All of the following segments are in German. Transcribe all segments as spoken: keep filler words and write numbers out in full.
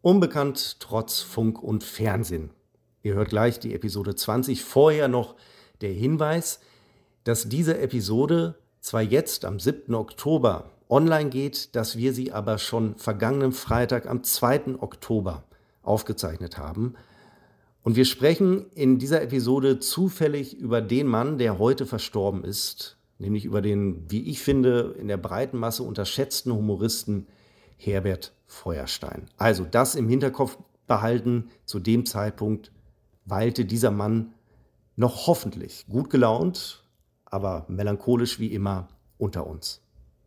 Unbekannt trotz Funk und Fernsehen. Ihr hört gleich die Episode zwanzig. Vorher noch der Hinweis, dass diese Episode zwar jetzt am siebten Oktober online geht, dass wir sie aber schon vergangenen Freitag am zweiten Oktober aufgezeichnet haben. Und wir sprechen in dieser Episode zufällig über den Mann, der heute verstorben ist, nämlich über den, wie ich finde, in der breiten Masse unterschätzten Humoristen Herbert Feuerstein. Also das im Hinterkopf behalten, zu dem Zeitpunkt weilte dieser Mann noch hoffentlich gut gelaunt, aber melancholisch wie immer unter uns.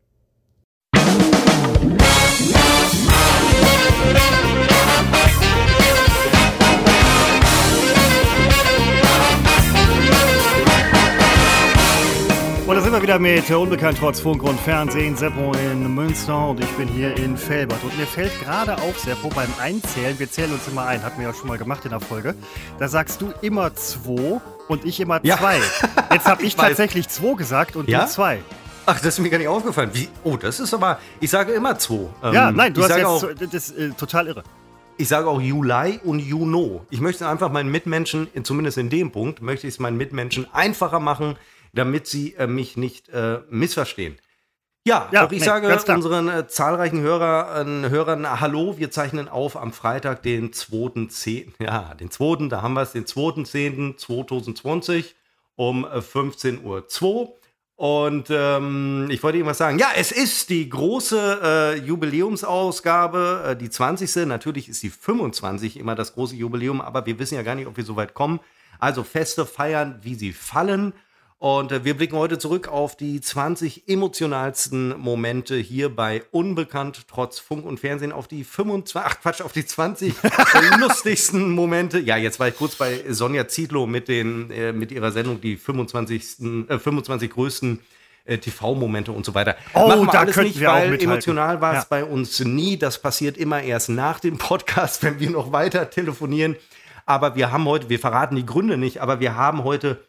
Und da sind wir wieder mit Unbekannt trotz Funk und Fernsehen, Seppo in Münster und ich bin hier in Velbert. Und mir fällt gerade auf, Seppo, beim Einzählen, wir zählen uns immer ein, hatten wir ja schon mal gemacht in der Folge, da sagst du immer zwei und ich immer ja. zwei. Jetzt habe ich, ich tatsächlich zwei gesagt und ja? du zwei. Ach, das ist mir gar nicht aufgefallen. Wie? Oh, das ist aber, ich sage immer zwei. Ähm, ja, nein, du hast jetzt, auch, das ist äh, total irre. Ich sage auch Juli und Juno. Ich möchte einfach meinen Mitmenschen, zumindest in dem Punkt, möchte ich es meinen Mitmenschen einfacher machen, damit sie äh, mich nicht äh, missverstehen. Ja, ja auch ich nee, sage unseren äh, zahlreichen Hörer, äh, Hörern Hallo, wir zeichnen auf am Freitag, den zweiten zehnten Ja, den zweiten da haben wir es, den zweiten zehnten zweitausendzwanzig um äh, fünfzehn Uhr zwei. Und ähm, ich wollte irgendwas sagen. Ja, es ist die große äh, Jubiläumsausgabe, äh, die zwanzigste Natürlich ist die fünfundzwanzig immer das große Jubiläum, aber wir wissen ja gar nicht, ob wir so weit kommen. Also Feste feiern, wie sie fallen. Und äh, wir blicken heute zurück auf die zwanzig emotionalsten Momente hier bei Unbekannt trotz Funk und Fernsehen, auf die fünfundzwanzig, ach Quatsch, auf die zwanzig lustigsten Momente. Ja, jetzt war ich kurz bei Sonja Zietlow mit, den, äh, mit ihrer Sendung, die fünfundzwanzigsten, äh, fünfundzwanzig größten äh, T V-Momente und so weiter. Oh, Machen wir da alles könnten nicht, wir auch weil mithalten. Emotional war es ja. bei uns nie. Das passiert immer erst nach dem Podcast, wenn wir noch weiter telefonieren. Aber wir haben heute, wir verraten die Gründe nicht, aber wir haben heute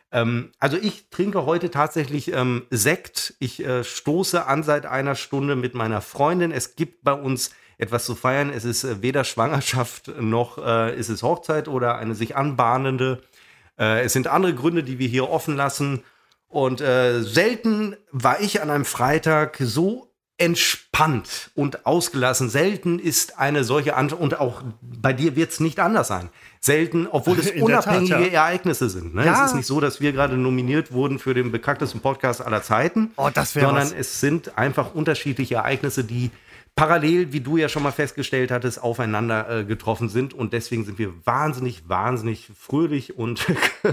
Also ich trinke heute tatsächlich ähm, Sekt. Ich äh, stoße an seit einer Stunde mit meiner Freundin. Es gibt bei uns etwas zu feiern. Es ist äh, weder Schwangerschaft noch äh, ist es Hochzeit oder eine sich anbahnende. Äh, es sind andere Gründe, die wir hier offen lassen. Und äh, selten war ich an einem Freitag so entspannt und ausgelassen. Selten ist eine solche Antwort, und auch bei dir wird es nicht anders sein. Selten, obwohl es In unabhängige Tat, ja. Ereignisse sind. Ne? Ja. Es ist nicht so, dass wir gerade nominiert wurden für den bekanntesten Podcast aller Zeiten, Oh, das wäre sondern was. es sind einfach unterschiedliche Ereignisse, die parallel, wie du ja schon mal festgestellt hattest, aufeinander äh, getroffen sind. Und deswegen sind wir wahnsinnig, wahnsinnig fröhlich und,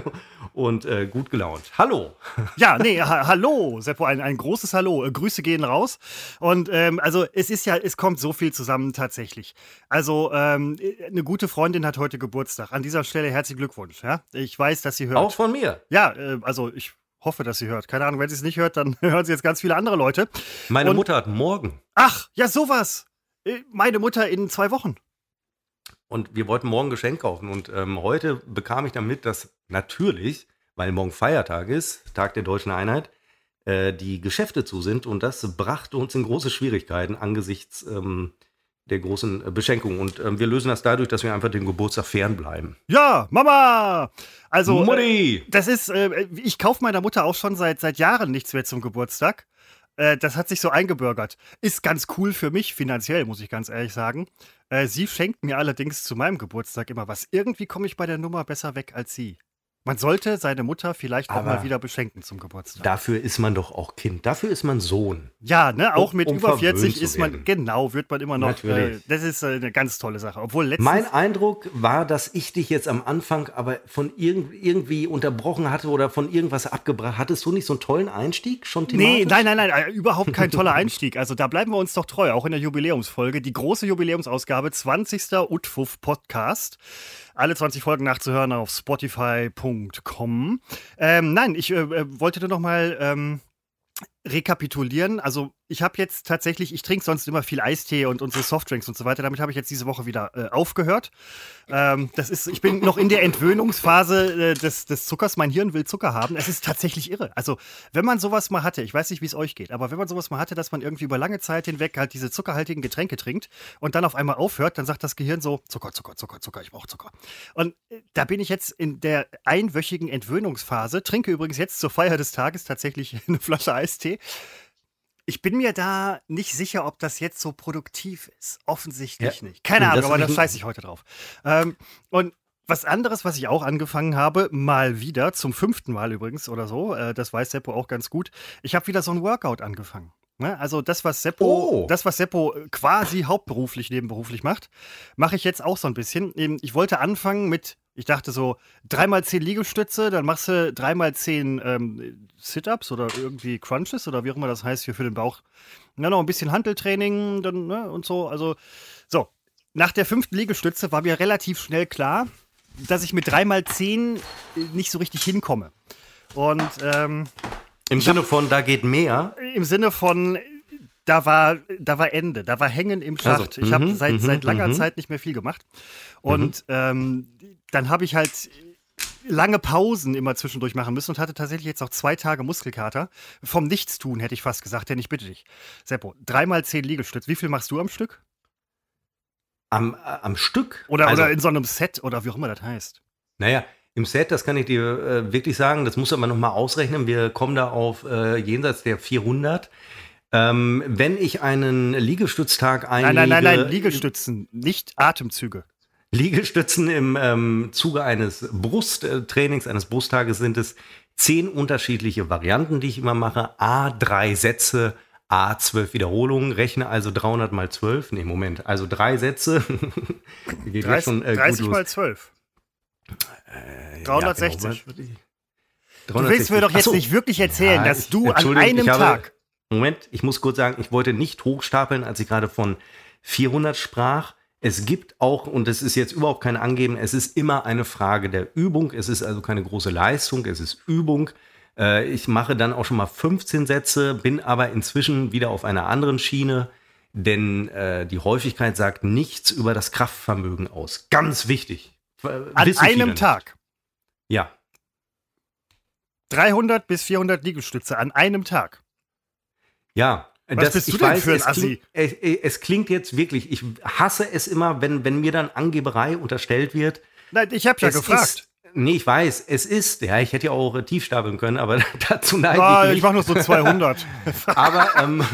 und äh, gut gelaunt. Hallo! Ja, nee, ha- hallo, Seppo, ein, ein großes Hallo. Äh, Grüße gehen raus. Und ähm, also es ist ja, es kommt so viel zusammen tatsächlich. Also ähm, eine gute Freundin hat heute Geburtstag. An dieser Stelle herzlichen Glückwunsch. Ja? Ich weiß, dass sie hört. Auch von mir. Ja, äh, also ich hoffe, dass sie hört. Keine Ahnung, wenn sie es nicht hört, dann hören sie jetzt ganz viele andere Leute. Meine Und, Mutter hat morgen. Ach, ja, sowas. Äh, Meine Mutter in zwei Wochen. Und wir wollten morgen ein Geschenk kaufen. Und ähm, heute bekam ich dann mit, dass natürlich, weil morgen Feiertag ist, Tag der Deutschen Einheit, äh, die Geschäfte zu sind. Und das brachte uns in große Schwierigkeiten angesichts ähm, der großen äh, Beschenkung. Und ähm, wir lösen das dadurch, dass wir einfach dem Geburtstag fernbleiben. Ja, Mama! Also, Mutti! Äh, das ist, äh, ich kaufe meiner Mutter auch schon seit, seit Jahren nichts mehr zum Geburtstag. Äh, das hat sich so eingebürgert. Ist ganz cool für mich, finanziell, muss ich ganz ehrlich sagen. Äh, sie schenkt mir allerdings zu meinem Geburtstag immer was. Irgendwie komme ich bei der Nummer besser weg als sie. Man sollte seine Mutter vielleicht auch Aber mal wieder beschenken zum Geburtstag. Dafür ist man doch auch Kind. Dafür ist man Sohn. Ja, ne, auch Um- mit um über verwöhnt vierzig zu ist man, werden. genau, wird man immer noch, äh, Natürlich. das ist äh, eine ganz tolle Sache. Obwohl letztens, Mein Eindruck war, dass ich dich jetzt am Anfang aber von irg- irgendwie unterbrochen hatte oder von irgendwas abgebracht. Hattest du nicht so einen tollen Einstieg schon thematisch? Nee, nein, nein, nein, äh, überhaupt kein toller Einstieg. Also da bleiben wir uns doch treu, auch in der Jubiläumsfolge. Die große Jubiläumsausgabe, zwanzigster Utfuff Podcast. Alle zwanzig Folgen nachzuhören auf spotify punkt com. Ähm, nein, ich äh, wollte nur noch mal ähm, rekapitulieren. Also ich habe jetzt tatsächlich, ich trinke sonst immer viel Eistee und unsere Softdrinks und so weiter. Damit habe ich jetzt diese Woche wieder äh, aufgehört. Ähm, das ist, ich bin noch in der Entwöhnungsphase äh, des, des Zuckers. Mein Hirn will Zucker haben. Es ist tatsächlich irre. Also, wenn man sowas mal hatte, ich weiß nicht, wie es euch geht, aber wenn man sowas mal hatte, dass man irgendwie über lange Zeit hinweg halt diese zuckerhaltigen Getränke trinkt und dann auf einmal aufhört, dann sagt das Gehirn so, Zucker, Zucker, Zucker, Zucker, ich brauche Zucker. Und äh, da bin ich jetzt in der einwöchigen Entwöhnungsphase. Trinke übrigens jetzt zur Feier des Tages tatsächlich eine Flasche Eistee. Ich bin mir da nicht sicher, ob das jetzt so produktiv ist. Offensichtlich Ja. nicht. Keine Und Ahnung, das aber da ist- scheiße ich heute drauf. Ähm, und was anderes, was ich auch angefangen habe, mal wieder, zum fünften Mal übrigens oder so, äh, das weiß Seppo auch ganz gut, ich habe wieder so ein Workout angefangen. Ne? Also das, was Seppo, Oh. das, was Seppo quasi hauptberuflich, nebenberuflich macht, mache ich jetzt auch so ein bisschen. Eben, Ich wollte anfangen mit, ich dachte so, dreimal zehn Liegestütze, dann machst du dreimal zehn ähm, Sit-Ups oder irgendwie Crunches oder wie auch immer das heißt hier für den Bauch. Dann noch ein bisschen Hanteltraining dann, ne, und so. Also, so. Nach der fünften Liegestütze war mir relativ schnell klar, dass ich mit dreimal zehn nicht so richtig hinkomme. Und ähm, Im Sinne von, da geht mehr. im Sinne von, da war, da war Ende, da war Hängen im Schacht. Also, ich habe mhm, seit, mhm, seit langer mhm. Zeit nicht mehr viel gemacht. Und ähm, dann habe ich halt lange Pausen immer zwischendurch machen müssen und hatte tatsächlich jetzt auch zwei Tage Muskelkater. Vom Nichtstun hätte ich fast gesagt, denn ich bitte dich. Seppo, dreimal zehn Liegestütze. Wie viel machst du am Stück? Am, äh, am Stück. Oder, also, oder in so einem Set oder wie auch immer das heißt. Naja, im Set, das kann ich dir äh, wirklich sagen, das muss aber noch mal ausrechnen. Wir kommen da auf äh, jenseits der vierhundert. Ähm, wenn ich einen Liegestütztag einlege... Nein, nein, nein, nein, Liegestützen, nicht Atemzüge. Liegestützen im ähm, Zuge eines Brusttrainings, eines Brusttages sind es zehn unterschiedliche Varianten, die ich immer mache. A, drei Sätze, A, zwölf Wiederholungen. Rechne also dreihundert mal zwölf. Nee, Moment, also drei Sätze. Geht dreißig, schon, äh, dreißig gut mal los. zwölf. Äh, dreihundertsechzig. Ja, genau. Du willst mir doch jetzt Ach so. nicht wirklich erzählen, Ja, dass ich- du an Entschuldigung, einem ich habe- Tag. Moment, ich muss kurz sagen, ich wollte nicht hochstapeln, als ich gerade von vierhundert sprach. Es gibt auch, und das ist jetzt überhaupt kein Angeben, es ist immer eine Frage der Übung. Es ist also keine große Leistung, es ist Übung. Äh, ich mache dann auch schon mal fünfzehn Sätze, bin aber inzwischen wieder auf einer anderen Schiene, denn äh, die Häufigkeit sagt nichts über das Kraftvermögen aus. Ganz wichtig. Äh, An wissen viele einem nicht. Tag. Ja. dreihundert bis vierhundert Liegestütze an einem Tag. Ja, Was bist ich du denn weiß, für ein es Assi? Klingt, es, es klingt jetzt wirklich, ich hasse es immer, wenn, wenn mir dann Angeberei unterstellt wird. Nein, ich habe ja Es gefragt. Ist, nee, ich weiß, es ist, ja, ich hätte ja auch äh, tief stapeln können, aber dazu neige Ah, ich ich nicht. mache nur so zweihundert. Aber ähm,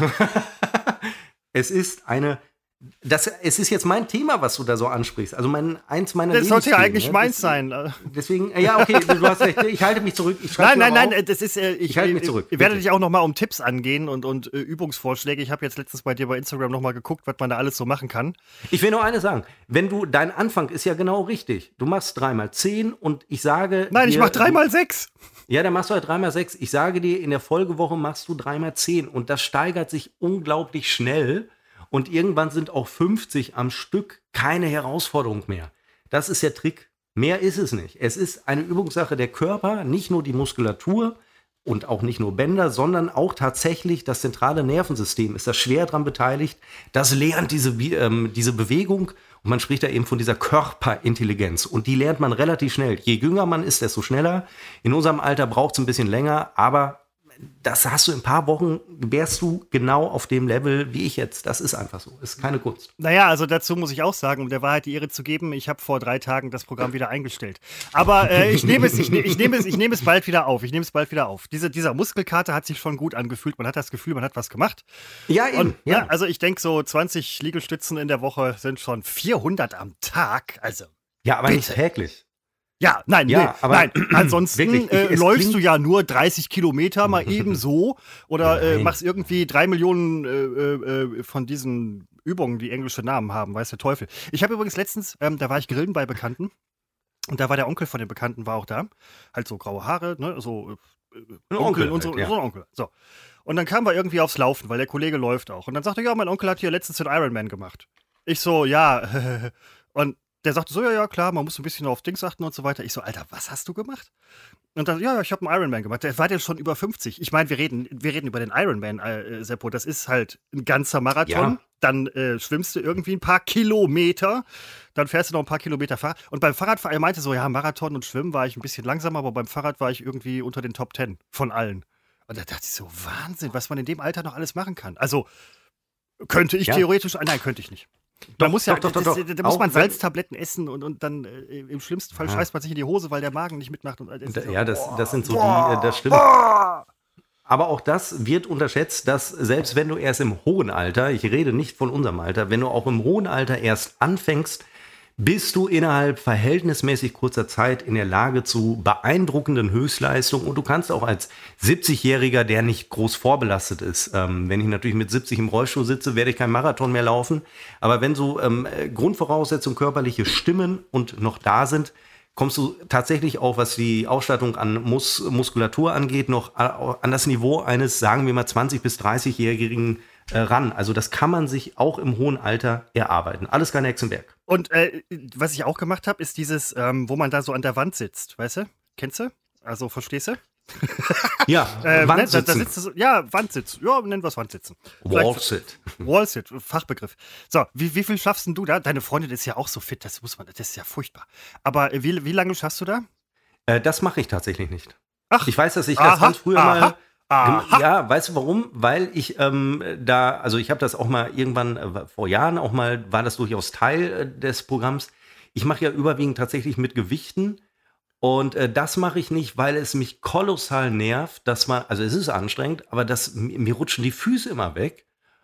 es ist eine, das, es ist jetzt mein Thema, was du da so ansprichst. Also mein, eins meiner Das sollte ja Lebensthemen, eigentlich ne? meins Das- sein. Deswegen, äh, ja, okay, du hast recht, ich halte mich zurück. Ich schreibe Nein, mir nein, aber nein, auf. das ist, äh, ich, Ich halte mich zurück, Ich werde bitte. dich auch noch mal um Tipps angehen und, und äh, Übungsvorschläge. Ich habe jetzt letztens bei dir bei Instagram noch mal geguckt, was man da alles so machen kann. Ich will nur eines sagen. Wenn du, dein Anfang ist ja genau richtig. Du machst dreimal zehn und ich sage. Nein, ich dir, mache dreimal sechs. Ja, dann machst du halt dreimal sechs. Ich sage dir, in der Folgewoche machst du dreimal zehn und das steigert sich unglaublich schnell und irgendwann sind auch fünfzig am Stück keine Herausforderung mehr. Das ist der Trick. Mehr ist es nicht. Es ist eine Übungssache der Körper, nicht nur die Muskulatur und auch nicht nur Bänder, sondern auch tatsächlich das zentrale Nervensystem ist da schwer dran beteiligt. Das lernt diese, Bi- ähm, diese Bewegung und man spricht da eben von dieser Körperintelligenz und die lernt man relativ schnell. Je jünger man ist, desto schneller. In unserem Alter braucht es ein bisschen länger, aber das hast du in ein paar Wochen, wärst du genau auf dem Level wie ich jetzt. Das ist einfach so. Ist keine Kunst. Naja, also dazu muss ich auch sagen, um der Wahrheit die Ehre zu geben, ich habe vor drei Tagen das Programm wieder eingestellt. Aber äh, ich nehme es, ich, ne, ich nehme es, ich nehme es bald wieder auf. Ich nehme es bald wieder auf. Diese, dieser Muskelkater hat sich schon gut angefühlt. Man hat das Gefühl, man hat was gemacht. Ja, eben. Und ja, also ich denke, so zwanzig Liegestützen in der Woche sind schon vierhundert am Tag. Also ja, aber nicht bitte. täglich. ja, nein, Ja, nee, aber nein. Ansonsten wirklich, ich- äh, es läufst klingt- du ja nur dreißig Kilometer mal eben so oder äh, Nein. machst irgendwie drei Millionen äh, äh, von diesen Übungen, die englische Namen haben, weiß der Teufel. Ich habe übrigens letztens, ähm, da war ich grillen bei Bekannten und da war der Onkel von den Bekannten war auch da, halt so graue Haare, ne, so äh, Ein Onkel, Onkel und so, halt, ja. so ein Onkel. So. Und dann kamen wir irgendwie aufs Laufen, weil der Kollege läuft auch. Und dann sagte er, ja, mein Onkel hat hier letztens den Ironman gemacht. Ich so, ja, und der sagte so, ja, ja, klar, man muss ein bisschen auf Dings achten und so weiter. Ich so, Alter, was hast du gemacht? Und dann, ja, ja, ich habe einen Ironman gemacht. Der war denn schon über fünfzig. Ich meine, wir reden, wir reden über den Ironman, äh, Seppo. Das ist halt ein ganzer Marathon. Ja. Dann äh, schwimmst du irgendwie ein paar Kilometer. Dann fährst du noch ein paar Kilometer Fahrrad. Und beim Fahrradfahren, er meinte so, ja, Marathon und Schwimmen war ich ein bisschen langsamer, aber beim Fahrrad war ich irgendwie unter den Top Ten von allen. Und da dachte ich so, Wahnsinn, was man in dem Alter noch alles machen kann. Also, könnte ich Ja. theoretisch, nein, könnte ich nicht. Doch, Da muss ja, doch, doch, das, doch, das, doch. da muss Auch man wenn- Salztabletten essen und, und dann äh, im schlimmsten Fall Ja. scheißt man sich in die Hose, weil der Magen nicht mitmacht. Und, das ist so, Ja, das, boah, das sind so boah, die, äh, das stimmt. boah. Aber auch das wird unterschätzt, dass selbst wenn du erst im hohen Alter, ich rede nicht von unserem Alter, wenn du auch im hohen Alter erst anfängst, bist du innerhalb verhältnismäßig kurzer Zeit in der Lage zu beeindruckenden Höchstleistungen. Und du kannst auch als siebzigjähriger, der nicht groß vorbelastet ist, ähm, wenn ich natürlich mit siebzig im Rollstuhl sitze, werde ich keinen Marathon mehr laufen. Aber wenn so ähm, Grundvoraussetzungen, körperliche stimmen und noch da sind, kommst du tatsächlich auch, was die Ausstattung an Mus- Muskulatur angeht, noch a- an das Niveau eines, sagen wir mal, zwanzig- bis dreißigjährigen äh, ran. Also das kann man sich auch im hohen Alter erarbeiten. Alles kein Hexenwerk. Und äh, was ich auch gemacht habe, ist dieses, ähm, wo man da so an der Wand sitzt, weißt du? Kennst du? Also, verstehst du? Ja, Ähm, ne, da, da Wandsitzen. sitzt du so, ja, Wandsitzen. Ja, nennen wir es Wandsitzen. Wallsit. Wallsit, Fachbegriff. So, wie, wie viel schaffst denn du da? Deine Freundin ist ja auch so fit, das muss man, das ist ja furchtbar. Aber äh, wie, wie lange schaffst du da? Äh, das mache ich tatsächlich nicht. Ach, Ich weiß, dass ich aha, das ganz früher aha, mal... aha. Ja, weißt du warum? Weil ich ähm, da, also ich habe das auch mal irgendwann äh, vor Jahren auch mal, war das durchaus Teil äh, des Programms. Ich mache ja überwiegend tatsächlich mit Gewichten und äh, das mache ich nicht, weil es mich kolossal nervt, dass man, also es ist anstrengend, aber das, mir rutschen die Füße immer weg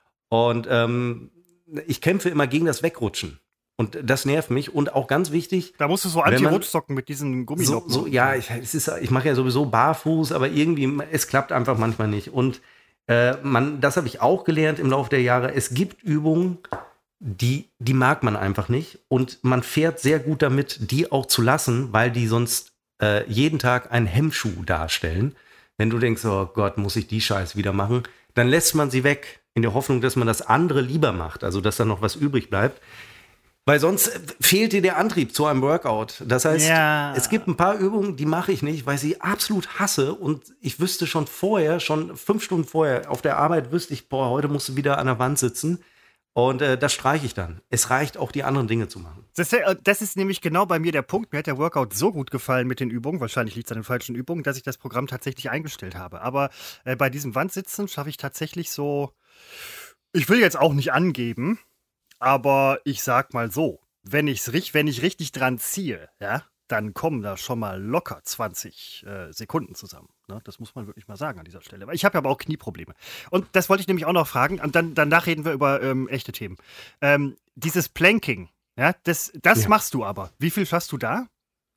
und ähm, ich kämpfe immer gegen das Wegrutschen und das nervt mich und auch ganz wichtig, Da musst du so Wenn man- Anti-Rutschsocken mit diesen so, Gumminoppen. so, ja, ich, es ist, ich mache ja sowieso barfuß, aber irgendwie, es klappt einfach manchmal nicht. Und äh, man, das habe ich auch gelernt im Laufe der Jahre. Es gibt Übungen, die, die mag man einfach nicht. Und man fährt sehr gut damit, die auch zu lassen, weil die sonst äh, jeden Tag einen Hemmschuh darstellen. Wenn du denkst, oh Gott, muss ich die Scheiße wieder machen, dann lässt man sie weg, in der Hoffnung, dass man das andere lieber macht, also dass da noch was übrig bleibt. Weil sonst fehlt dir der Antrieb zu einem Workout. Das heißt, Ja. es gibt ein paar Übungen, die mache ich nicht, weil ich sie absolut hasse. Und ich wüsste schon vorher, schon fünf Stunden vorher auf der Arbeit, wüsste ich, boah, heute musst du wieder an der Wand sitzen. Und äh, das streiche ich dann. Es reicht auch, die anderen Dinge zu machen. Das, ist- äh, das ist nämlich genau bei mir der Punkt. Mir hat der Workout so gut gefallen mit den Übungen, wahrscheinlich liegt es an den falschen Übungen, dass ich das Programm tatsächlich eingestellt habe. Aber äh, bei diesem Wandsitzen schaffe ich tatsächlich so, ich will jetzt auch nicht angeben, aber ich sag mal so, wenn, ich's, richt- wenn ich richtig dran ziehe, ja, dann kommen da schon mal locker zwanzig äh, Sekunden zusammen. Ne? Das muss man wirklich mal sagen an dieser Stelle. Ich habe aber auch Knieprobleme. Und das wollte ich nämlich auch noch fragen. Und dann, danach reden wir über ähm, echte Themen. Ähm, dieses Planking, ja, das, das Ja. machst du aber. Wie viel schaffst du da?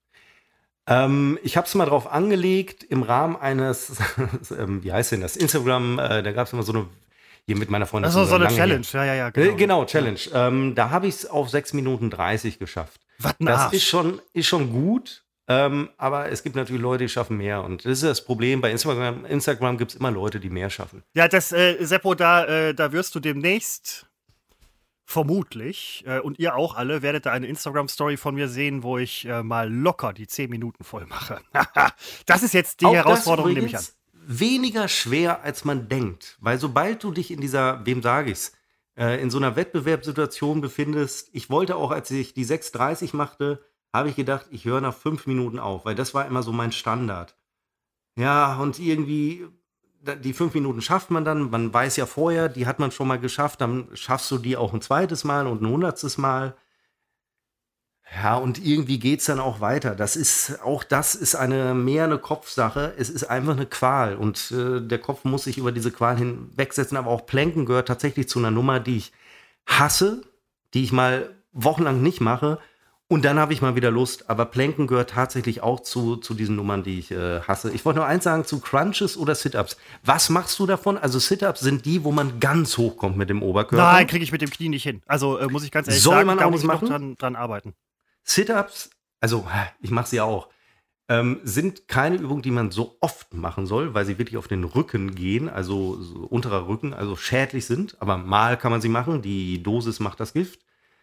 Ähm, ich habe es mal drauf angelegt, im Rahmen eines, ähm, wie heißt denn das, Instagram, äh, da gab es immer so eine, hier mit meiner Freundin. Also so eine lange her. Challenge. Ja, ja, ja. Genau, genau Challenge. Ähm, da habe ich es auf sechs Minuten dreißig geschafft. Was ein Das Arsch. ist schon, ist schon gut, ähm, aber es gibt natürlich Leute, die schaffen mehr. Und das ist das Problem. Bei Instagram, Instagram gibt es immer Leute, die mehr schaffen. Ja, das, äh, Seppo, da, äh, da wirst du demnächst vermutlich, äh, und ihr auch alle, werdet da eine Instagram-Story von mir sehen, wo ich äh, mal locker die zehn Minuten voll mache. Das ist jetzt die Auch Herausforderung, das nehme ich an. übrigens weniger schwer, als man denkt. Weil sobald du dich in dieser, wem sage ich's, äh, in so einer Wettbewerbssituation befindest, ich wollte auch, als ich die sechs dreißig machte, habe ich gedacht, ich höre nach fünf Minuten auf, weil das war immer so mein Standard. Ja, und irgendwie, da- die fünf Minuten schafft man dann, man weiß ja vorher, die hat man schon mal geschafft, dann schaffst du die auch ein zweites Mal und ein hundertstes Mal. Ja, und irgendwie geht's dann auch weiter. Das ist, auch das ist eine mehr eine Kopfsache. Es ist einfach eine Qual und äh, der Kopf muss sich über diese Qual hinwegsetzen. Aber auch Planken gehört tatsächlich zu einer Nummer, die ich hasse, die ich mal wochenlang nicht mache und dann habe ich mal wieder Lust. Aber Planken gehört tatsächlich auch zu, zu diesen Nummern, die ich äh, hasse. Ich wollte nur eins sagen zu Crunches oder Sit-Ups. Was machst du davon? Also Sit-Ups sind die, wo man ganz hoch kommt mit dem Oberkörper. Nein, kriege ich mit dem Knie nicht hin. Also äh, muss ich ganz ehrlich Soll sagen, man da auch muss nicht ich noch machen? dran, dran arbeiten. Sit-Ups, also ich mache sie auch, ähm, sind keine Übung, die man so oft machen soll, weil sie wirklich auf den Rücken gehen, also so unterer Rücken, also schädlich sind. Aber mal kann man sie machen, die Dosis macht das Gift.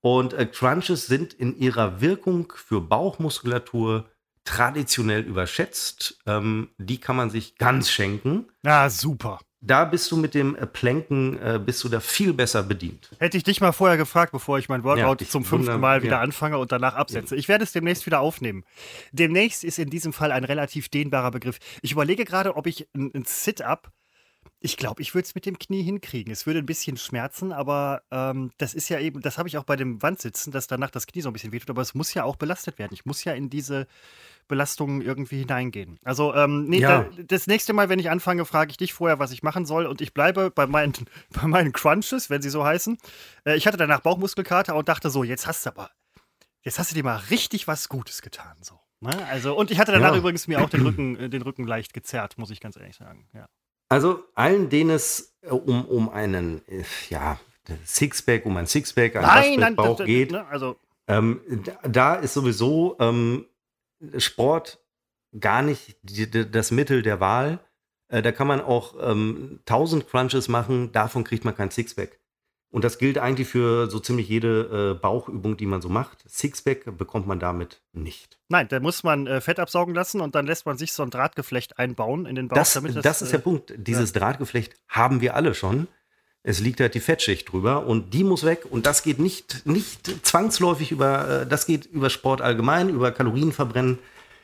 Und äh, Crunches sind in ihrer Wirkung für Bauchmuskulatur traditionell überschätzt. Ähm, die kann man sich ganz schenken. Ja, super. Da bist du mit dem äh, Planken, äh, bist du da viel besser bedient. Hätte ich dich mal vorher gefragt, bevor ich mein Workout Ja, ich zum fünften wunder- Mal wieder ja. anfange und danach absetze. Ich werde es demnächst wieder aufnehmen. Demnächst ist in diesem Fall ein relativ dehnbarer Begriff. Ich überlege gerade, ob ich ein, ein Sit-Up, ich glaube, ich würde es mit dem Knie hinkriegen. Es würde ein bisschen schmerzen, aber ähm, das ist ja eben, das habe ich auch bei dem Wandsitzen, dass danach das Knie so ein bisschen wehtut, aber es muss ja auch belastet werden. Ich muss ja in diese Belastungen irgendwie hineingehen. Also, ähm, nee, Ja. da, das nächste Mal, wenn ich anfange, frage ich dich vorher, was ich machen soll und ich bleibe bei meinen, bei meinen Crunches, wenn sie so heißen. Äh, ich hatte danach Bauchmuskelkater und dachte so, jetzt hast du aber, jetzt hast du dir mal richtig was Gutes getan, so. Ne? Also, und ich hatte danach Ja. übrigens mir auch den Rücken, äh, den Rücken leicht gezerrt, muss ich ganz ehrlich sagen. Ja. Also allen, denen es äh, um, um einen, äh, ja, Sixpack, um ein Sixpack, ein Nein, nein, Waschbrettbauch das- geht, ne, also ähm, da, da ist sowieso ähm, Sport gar nicht die, die, das Mittel der Wahl. Äh, da kann man auch ähm, tausend Crunches machen, davon kriegt man kein Sixpack. Und das gilt eigentlich für so ziemlich jede äh, Bauchübung, die man so macht. Sixpack bekommt man damit nicht. nein, da muss man äh, Fett absaugen lassen und dann lässt man sich so ein Drahtgeflecht einbauen in den Bauch. Das, damit das ist der äh, Punkt. Dieses Drahtgeflecht haben wir alle schon. Es liegt halt die Fettschicht drüber und die muss weg. Und das geht nicht, nicht zwangsläufig über, äh, das geht über Sport allgemein, über Kalorienverbrennen.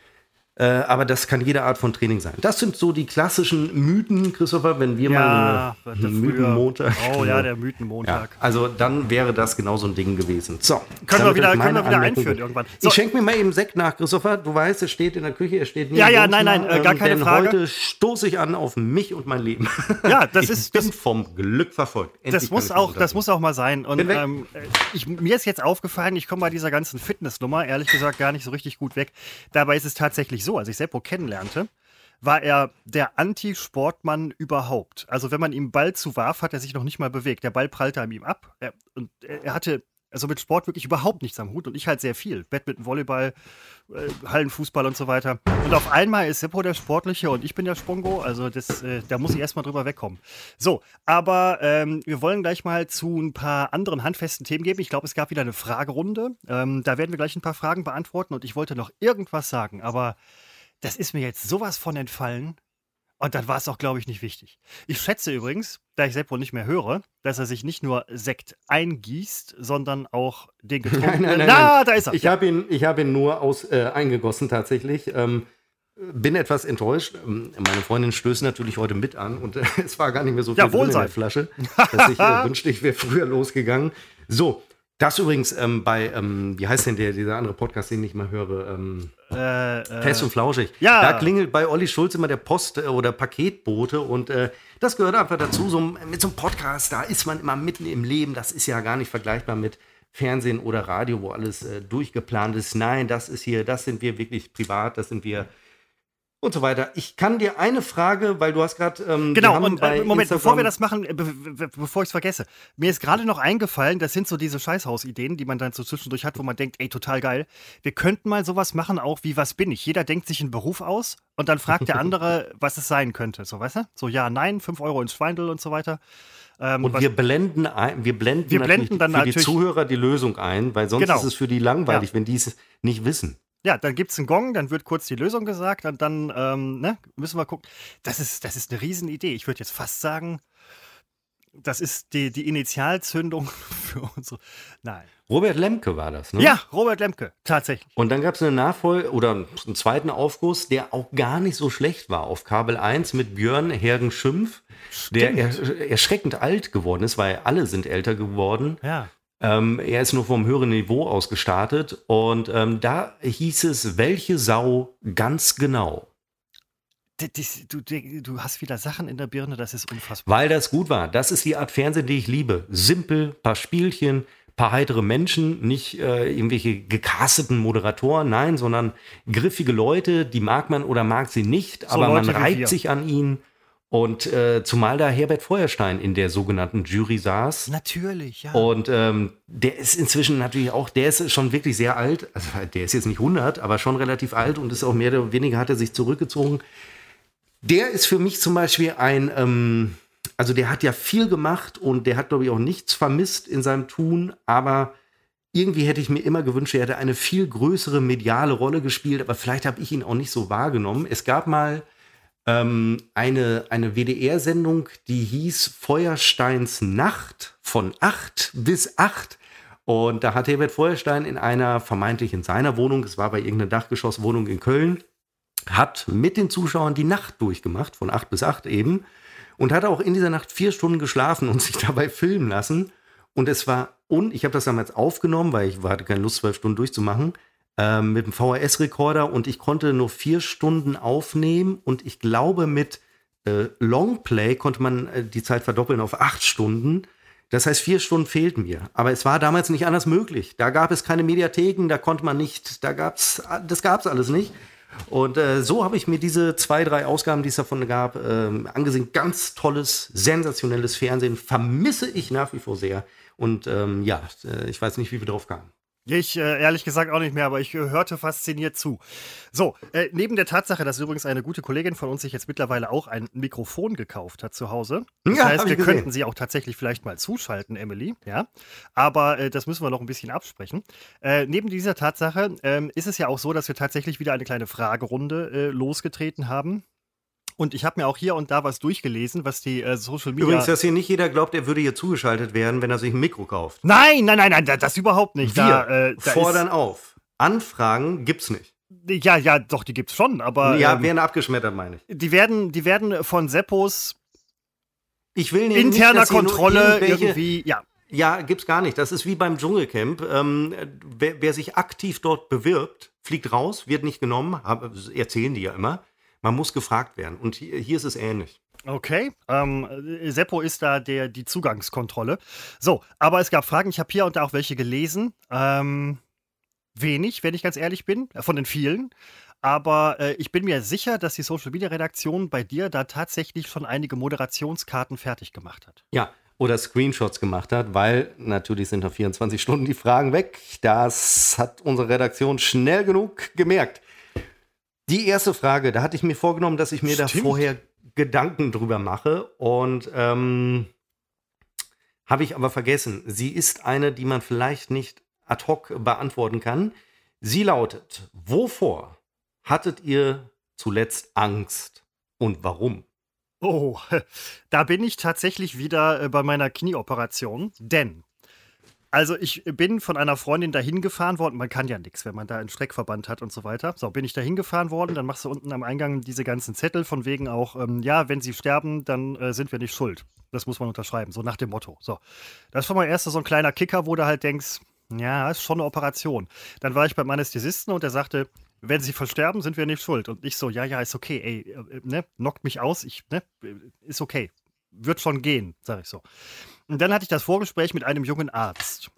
Äh, aber das kann jede Art von Training sein. Das sind so die klassischen Mythen, Christopher, wenn wir Ja, mal der einen früher- Mythenmontag. Oh ja, der Ja, Mythenmontag. also dann wäre das genau so ein Ding gewesen. So, Können wir damit wieder, ist meine können wir wieder Anmerkung einführen gut. irgendwann. So, Ich schenke mir mal eben Sekt nach, Christopher. Du weißt, es steht in der Küche, es steht nie Ja, im ja, Wohnzimmer. nein, nein, äh, gar keine denn Frage. heute stoße ich an auf mich und mein Leben. ja, das ich ist, bin das, vom Glück verfolgt. Endlich das kann muss ich auch, mich das muss auch mal sein. Und Bin weg. ähm, ich, mir ist jetzt aufgefallen, ich komme bei dieser ganzen Fitnessnummer ehrlich gesagt gar nicht so richtig gut weg. Dabei ist es tatsächlich so, als ich Seppo kennenlernte, war er der Anti-Sportmann überhaupt. Also wenn man ihm Ball zuwarf, hat er sich noch nicht mal bewegt. Der Ball prallte an ihm ab. Er, und er hatte also mit Sport wirklich überhaupt nichts am Hut und ich halt sehr viel. Badminton, Volleyball, äh, Hallenfußball und so weiter. Und auf einmal ist Seppo der Sportliche und ich bin der Spongo. Also das, äh, da muss ich erstmal drüber wegkommen. So, aber ähm, wir wollen gleich mal zu ein paar anderen handfesten Themen geben. Ich glaube, es gab wieder eine Fragerunde. Ähm, da werden wir gleich ein paar Fragen beantworten und ich wollte noch irgendwas sagen, aber das ist mir jetzt sowas von entfallen. Und dann war es auch, glaube ich, nicht wichtig. Ich schätze übrigens, da ich Seppo nicht mehr höre, dass er sich nicht nur Sekt eingießt, sondern auch den getrunken. Nein, nein, nein, Na, nein. da ist er. Ich habe ihn, ich hab ihn nur aus, äh, eingegossen tatsächlich. Ähm, bin etwas enttäuscht. Ähm, Meine Freundin stößt natürlich heute mit an und äh, es war gar nicht mehr so viel Ja, drin in Wohlsein. der Flasche, dass ich äh, wünschte, ich wäre früher losgegangen. So, das übrigens ähm, bei, ähm, wie heißt denn der, dieser andere Podcast, den ich mal höre? Ähm, Äh, äh, Fest und flauschig. Ja. Da klingelt bei Olli Schulz immer der Post- oder Paketbote und äh, das gehört einfach dazu. So, mit so einem Podcast, da ist man immer mitten im Leben. Das ist ja gar nicht vergleichbar mit Fernsehen oder Radio, wo alles äh, durchgeplant ist. Nein, das ist hier, das sind wir wirklich privat, das sind wir und so weiter. Ich kann dir eine Frage, weil du hast gerade ähm, wir Genau, haben und bei äh, Moment, Instagram- bevor wir das machen, äh, be be bevor ich es vergesse, mir ist gerade noch eingefallen, das sind so diese Scheißhausideen, die man dann so zwischendurch hat, wo man denkt, ey, total geil. Wir könnten mal sowas machen, auch wie, was bin ich? Jeder denkt sich einen Beruf aus und dann fragt der andere, was es sein könnte. So, weißt du? So, ja, nein, fünf Euro ins Schweindel und so weiter. Ähm, Und was- wir blenden ein, wir blenden, Wir blenden natürlich dann für die natürlich- Zuhörer die Lösung ein, weil sonst Genau. ist es für die langweilig, wenn die es nicht wissen. Ja, dann gibt es einen Gong, dann wird kurz die Lösung gesagt und dann ähm, ne, müssen wir gucken. Das ist, das ist eine Riesenidee. Ich würde jetzt fast sagen, das ist die, die Initialzündung für unsere. Nein. Robert Lemke war das, ne? Ja, Robert Lemke, tatsächlich. Und dann gab es eine Nachfolge oder einen zweiten Aufguss, der auch gar nicht so schlecht war auf Kabel eins mit Björn Hergen-Schimpf, der er, erschreckend alt geworden ist, weil alle sind älter geworden. Ja. Ähm, er ist nur vom höheren Niveau aus gestartet und ähm, da hieß es, welche Sau ganz genau. D- dies- Du, du du hast wieder Sachen in der Birne, das ist unfassbar. Weil das gut war. Das ist die Art Fernsehen, die ich liebe. Simpel, paar Spielchen, paar heitere Menschen, nicht äh, irgendwelche gecasteten Moderatoren, nein, sondern griffige Leute, die mag man oder mag sie nicht, So aber man Leute wie reibt wir. sich an ihnen. Und äh, zumal da Herbert Feuerstein in der sogenannten Jury saß. Natürlich, ja. Und ähm, der ist inzwischen natürlich auch, der ist schon wirklich sehr alt, also der ist jetzt nicht hundert, aber schon relativ alt und ist auch mehr oder weniger, hat er sich zurückgezogen. Der ist für mich zum Beispiel ein, ähm, also der hat ja viel gemacht und der hat, glaube ich, auch nichts vermisst in seinem Tun, aber irgendwie hätte ich mir immer gewünscht, er hätte eine viel größere mediale Rolle gespielt, aber vielleicht habe ich ihn auch nicht so wahrgenommen. Es gab mal ähm, eine, eine W D R-Sendung, die hieß Feuersteins Nacht von acht bis acht. Und da hat Herbert Feuerstein in einer, vermeintlich in seiner Wohnung, es war bei irgendeiner Dachgeschosswohnung in Köln, hat mit den Zuschauern die Nacht durchgemacht, von acht bis acht eben, und hat auch in dieser Nacht vier Stunden geschlafen und sich dabei filmen lassen. Und es war, un ich habe das damals aufgenommen, weil ich hatte keine Lust, zwölf Stunden durchzumachen, ähm, mit dem V H S-Rekorder, und ich konnte nur vier Stunden aufnehmen, und ich glaube, mit äh, Longplay konnte man äh, die Zeit verdoppeln auf acht Stunden. Das heißt, vier Stunden fehlten mir. Aber es war damals nicht anders möglich. Da gab es keine Mediatheken, da konnte man nicht, da gab's, das gab es alles nicht. Und äh, so habe ich mir diese zwei, drei Ausgaben, die es davon gab, äh, angesehen. Ganz tolles, sensationelles Fernsehen. Vermisse ich nach wie vor sehr. Und ähm, ja, äh, ich weiß nicht, wie wir drauf kamen. Ich äh, ehrlich gesagt auch nicht mehr, aber ich äh, hörte fasziniert zu. So, äh, neben der Tatsache, dass übrigens eine gute Kollegin von uns sich jetzt mittlerweile auch ein Mikrofon gekauft hat zu Hause. Das Ja, heißt, hab wir ich gesehen. könnten sie auch tatsächlich vielleicht mal zuschalten, Emily. Ja, aber äh, das müssen wir noch ein bisschen absprechen. Äh, neben dieser Tatsache ähm, ist es ja auch so, dass wir tatsächlich wieder eine kleine Fragerunde äh, losgetreten haben. Und ich habe mir auch hier und da was durchgelesen, was die äh, Social Media. Übrigens, dass hier nicht jeder glaubt, er würde hier zugeschaltet werden, wenn er sich ein Mikro kauft. Nein, nein, nein, nein, da- das überhaupt nicht. Wir Da, äh, da fordern auf. Anfragen gibt's nicht. ist, ja, ja, doch, die gibt's schon, aber ja, ähm, werden abgeschmettert, meine ich. die werden, die werden von Seppos Ich will nicht, interner dass hier nur Kontrolle irgendwelche- irgendwie, ja. Ja, gibt's gar nicht. Das ist wie beim Dschungelcamp. Ähm, wer, wer sich aktiv dort bewirbt, fliegt raus, wird nicht genommen. Hab, erzählen die ja immer. Man muss gefragt werden. Und hier, hier ist es ähnlich. Okay, ähm, Seppo ist da der, die Zugangskontrolle. So, aber es gab Fragen, ich habe hier und da auch welche gelesen. Ähm, wenig, wenn ich ganz ehrlich bin, äh, von den vielen. Aber äh, ich bin mir sicher, dass die Social-Media-Redaktion bei dir da tatsächlich schon einige Moderationskarten fertig gemacht hat. Ja, oder Screenshots gemacht hat, weil natürlich sind nach vierundzwanzig Stunden die Fragen weg. Das hat unsere Redaktion schnell genug gemerkt. Die erste Frage, da hatte ich mir vorgenommen, dass ich mir da Stimmt. vorher Gedanken drüber mache, und ähm, habe ich aber vergessen. Sie ist eine, die man vielleicht nicht ad hoc beantworten kann. Sie lautet: Wovor hattet ihr zuletzt Angst und warum? Oh, da bin ich tatsächlich wieder äh, bei meiner Knieoperation, denn also ich bin von einer Freundin dahin gefahren worden. Man kann ja nichts, wenn man da einen Streckverband hat und so weiter. So, bin ich dahin gefahren worden. Dann machst du unten am Eingang diese ganzen Zettel von wegen auch, ähm, ja, wenn sie sterben, dann äh, sind wir nicht schuld. Das muss man unterschreiben, so nach dem Motto. So, das ist schon mal erst so ein kleiner Kicker, wo du halt denkst, ja, ist schon eine Operation. Dann war ich beim Anästhesisten und der sagte, wenn sie versterben, sind wir nicht schuld. Und ich so, ja, ja, ist okay, ey, äh, ne, knockt mich aus, ich, ne, ist okay. Wird schon gehen, sag ich so. Und dann hatte ich das Vorgespräch mit einem jungen Arzt.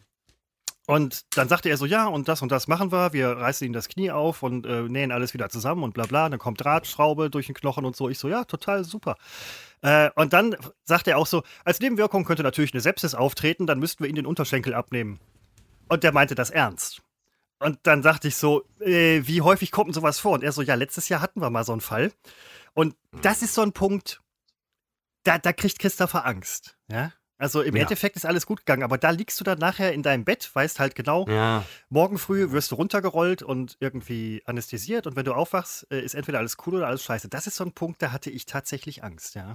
Und dann sagte er so, ja, und das und das machen wir. Wir reißen ihm das Knie auf und äh, nähen alles wieder zusammen und bla bla. Dann kommt Drahtschraube durch den Knochen und so. Ich so, ja, total super. Äh, und dann sagte er auch so, als Nebenwirkung könnte natürlich eine Sepsis auftreten, dann müssten wir ihm den Unterschenkel abnehmen. Und der meinte das ernst. Und dann sagte ich so, äh, wie häufig kommt denn sowas vor? Und er so, ja, letztes Jahr hatten wir mal so einen Fall. Und das ist so ein Punkt, da, da kriegt Christopher Angst. Ja? Also im Ja. Endeffekt ist alles gut gegangen, aber da liegst du dann nachher in deinem Bett, weißt halt genau, Ja, morgen früh wirst du runtergerollt und irgendwie anästhesiert und wenn du aufwachst, äh, ist entweder alles cool oder alles scheiße. Das ist so ein Punkt, da hatte ich tatsächlich Angst, ja.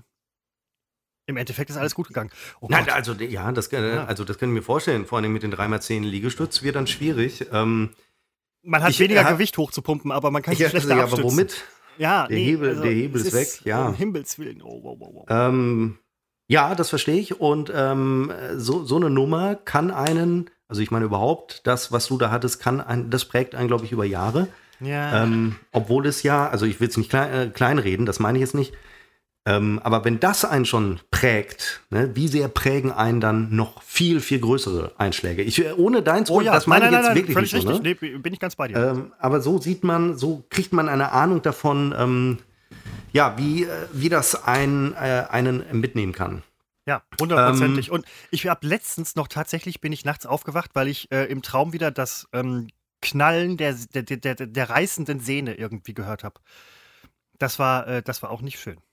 Im Endeffekt ist alles gut gegangen. Oh Nein, Gott. also ja, das, kann- Ja. also das können wir mir vorstellen. Vor allem mit den drei mal zehn Liegestütz wird dann schwierig. Ähm, Man hat ich- weniger ja, Gewicht hochzupumpen, aber man kann sich ja, schlechter ja, aber abstützen. womit? Ja, Der Hebel- der Hebel es ist weg, ja. Um Himmels Willen. Oh, wow, wow, wow. Ähm, ja, das verstehe ich. Und ähm, so, so eine Nummer kann einen, also ich meine überhaupt, das, was du da hattest, kann ein, das prägt einen, glaube ich, über Jahre. Ja. Ähm, obwohl es ja, also ich will es nicht klein, äh, kleinreden, das meine ich jetzt nicht. Ähm, aber wenn das einen schon prägt, ne, wie sehr prägen einen dann noch viel, viel größere Einschläge? Ich, äh, ohne dein oh ja, das meine nein, nein, ich jetzt nein, wirklich völlig nicht so, richtig. ne? Nee, bin ich ganz bei dir. Ähm, aber so sieht man, so kriegt man eine Ahnung davon, ähm, ja, wie, äh, wie das einen, äh, einen mitnehmen kann. Ja, Ähm, hundertprozentig. Und ich habe letztens noch tatsächlich, bin ich nachts aufgewacht, weil ich äh, im Traum wieder das ähm, Knallen der, der, der, der, der reißenden Sehne irgendwie gehört habe. Das war, äh, das war auch nicht schön.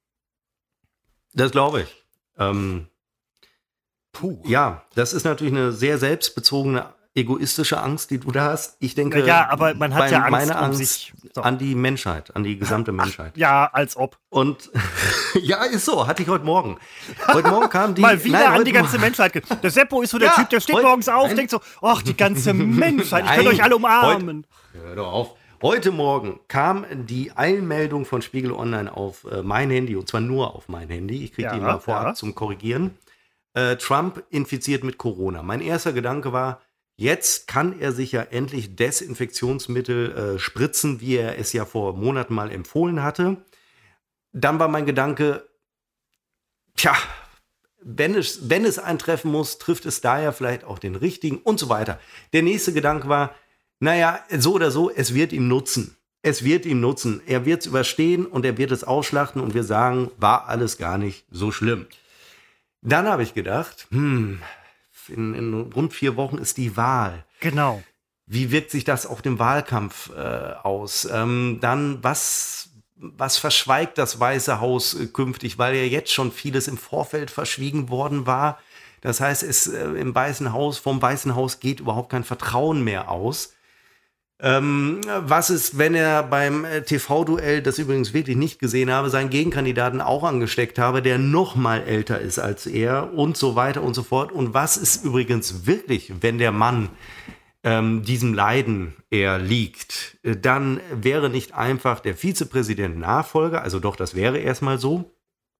Das glaube ich. Ähm, Puh. ja, das ist natürlich eine sehr selbstbezogene egoistische Angst, die du da hast. Ich denke, ja, aber man hat ja Angst meine um Angst sich. So. an die Menschheit, an die gesamte Menschheit. Ach, ja, als ob. Und ja, ist so, hatte ich heute Morgen. Heute Morgen kam die... Mal wieder nein, an die ganze Menschheit. Der Seppo ist so der Ja, Typ, der steht heute- morgens auf, nein. denkt so, ach, die ganze Menschheit, ich Nein, könnte euch alle umarmen. Hör doch auf. Heute Morgen kam die Eilmeldung von Spiegel Online auf äh, mein Handy, und zwar nur auf mein Handy. Ich kriege Ja, die mal vorab ja. zum Korrigieren. Äh, Trump infiziert mit Corona. Mein erster Gedanke war, jetzt kann er sich ja endlich Desinfektionsmittel äh, spritzen, wie er es ja vor Monaten mal empfohlen hatte. Dann war mein Gedanke, tja, wenn es, wenn es eintreffen muss, trifft es daher vielleicht auch den richtigen und so weiter. Der nächste Gedanke war, naja, so oder so, es wird ihm nutzen. Es wird ihm nutzen. Er wird es überstehen und er wird es ausschlachten und wir sagen, war alles gar nicht so schlimm. Dann habe ich gedacht, hm, in, in rund vier Wochen ist die Wahl. Genau. Wie wirkt sich das auf den Wahlkampf äh, aus? Ähm, dann, was, was verschweigt das Weiße Haus äh, künftig, weil ja jetzt schon vieles im Vorfeld verschwiegen worden war. Das heißt, es äh, im Weißen Haus, vom Weißen Haus geht überhaupt kein Vertrauen mehr aus. Ähm, was ist, wenn er beim äh, T V-Duell, das übrigens wirklich nicht gesehen habe, seinen Gegenkandidaten auch angesteckt habe, der noch mal älter ist als er und so weiter und so fort. Und was ist übrigens wirklich, wenn der Mann ähm, diesem Leiden erliegt, äh, dann wäre nicht einfach der Vizepräsident Nachfolger, also doch, das wäre erstmal so,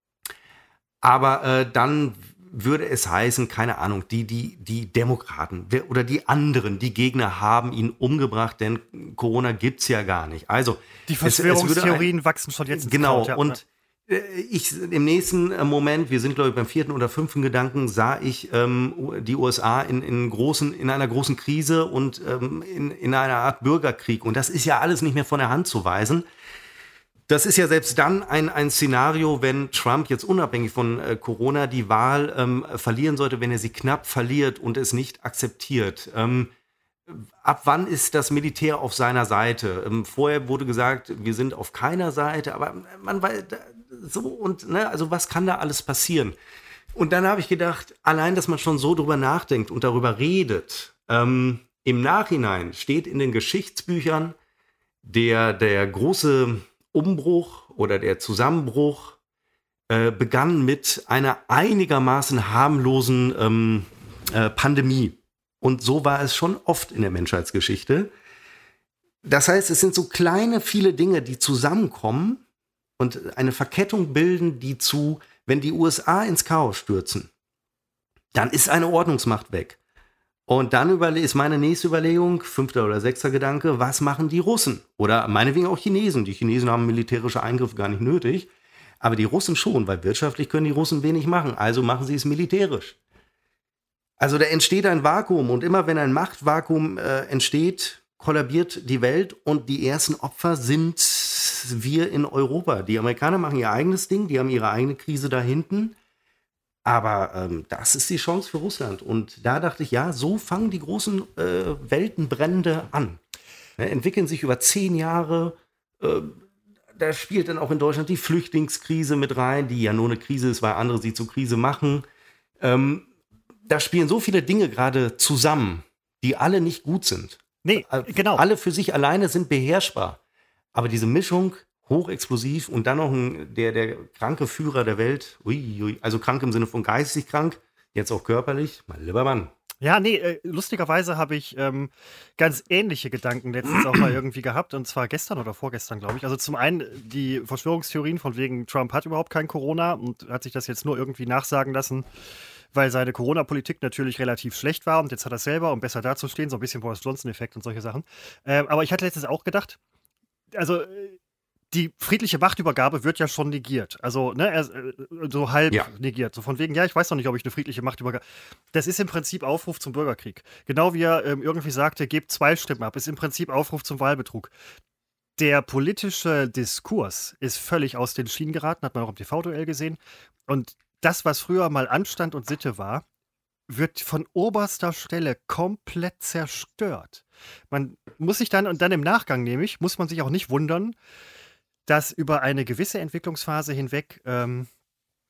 aber äh, dann würde es heißen, keine Ahnung, die, die, die Demokraten wer- oder die anderen, die Gegner haben ihn umgebracht, denn Corona gibt's ja gar nicht. Also Die es- es würde Verschwörungstheorien wachsen schon jetzt ins Genau, Kraut, ja. und äh, ich im nächsten äh, Moment, wir sind glaube ich beim vierten oder fünften Gedanken, sah ich ähm, U- die U S A in, in, großen, in einer großen Krise und ähm, in, in einer Art Bürgerkrieg. Und das ist ja alles nicht mehr von der Hand zu weisen. Das ist ja selbst dann ein, ein Szenario, wenn Trump jetzt unabhängig von äh, Corona die Wahl ähm, verlieren sollte, wenn er sie knapp verliert und es nicht akzeptiert. Ähm, ab wann ist das Militär auf seiner Seite? Ähm, vorher wurde gesagt, wir sind auf keiner Seite, aber man weiß so und ne, also was kann da alles passieren? Und dann habe ich gedacht, allein, dass man schon so drüber nachdenkt und darüber redet, ähm, im Nachhinein steht in den Geschichtsbüchern der, der große Umbruch oder der Zusammenbruch äh, begann mit einer einigermaßen harmlosen ähm, äh, Pandemie. Und so war es schon oft in der Menschheitsgeschichte. Das heißt, es sind so kleine, viele Dinge, die zusammenkommen und eine Verkettung bilden, die zu, wenn die U S A ins Chaos stürzen, dann ist eine Ordnungsmacht weg. Und dann überle- ist meine nächste Überlegung, fünfter oder sechster Gedanke, was machen die Russen? Oder meinetwegen auch Chinesen. Die Chinesen haben militärische Eingriffe gar nicht nötig, aber die Russen schon, weil wirtschaftlich können die Russen wenig machen. Also machen sie es militärisch. Also da entsteht ein Vakuum und immer wenn ein Machtvakuum äh, entsteht, kollabiert die Welt und die ersten Opfer sind wir in Europa. Die Amerikaner machen ihr eigenes Ding, die haben ihre eigene Krise da hinten. Aber ähm, das ist die Chance für Russland. Und da dachte ich, ja, so fangen die großen äh, Weltenbrände an. Ja, entwickeln sich über zehn Jahre. Äh, da spielt dann auch in Deutschland die Flüchtlingskrise mit rein, die ja nur eine Krise ist, weil andere sie zur Krise machen. Ähm, da spielen so viele Dinge gerade zusammen, die alle nicht gut sind. Nee, genau. Alle für sich alleine sind beherrschbar. Aber diese Mischung, hochexplosiv und dann noch ein, der, der kranke Führer der Welt, ui, ui, also krank im Sinne von geistig krank, jetzt auch körperlich, mein lieber Mann. Ja, nee, äh, lustigerweise habe ich ähm, ganz ähnliche Gedanken letztens auch mal irgendwie gehabt, und zwar gestern oder vorgestern, glaube ich. Also zum einen die Verschwörungstheorien von wegen, Trump hat überhaupt kein Corona und hat sich das jetzt nur irgendwie nachsagen lassen, weil seine Corona-Politik natürlich relativ schlecht war und jetzt hat er es selber, um besser dazustehen, so ein bisschen Boris Johnson-Effekt und solche Sachen. Ähm, aber ich hatte letztens auch gedacht, also äh, die friedliche Machtübergabe wird ja schon negiert. Also, ne, er, äh, so halb Ja. negiert. So von wegen, ja, ich weiß noch nicht, ob ich eine friedliche Machtübergabe. Das ist im Prinzip Aufruf zum Bürgerkrieg. Genau wie er ähm, irgendwie sagte, gebt zwei Stimmen ab, ist im Prinzip Aufruf zum Wahlbetrug. Der politische Diskurs ist völlig aus den Schienen geraten, hat man auch im T V-Duell gesehen. Und das, was früher mal Anstand und Sitte war, wird von oberster Stelle komplett zerstört. Man muss sich dann, und dann im Nachgang nämlich, muss man sich auch nicht wundern, dass über eine gewisse Entwicklungsphase hinweg ähm,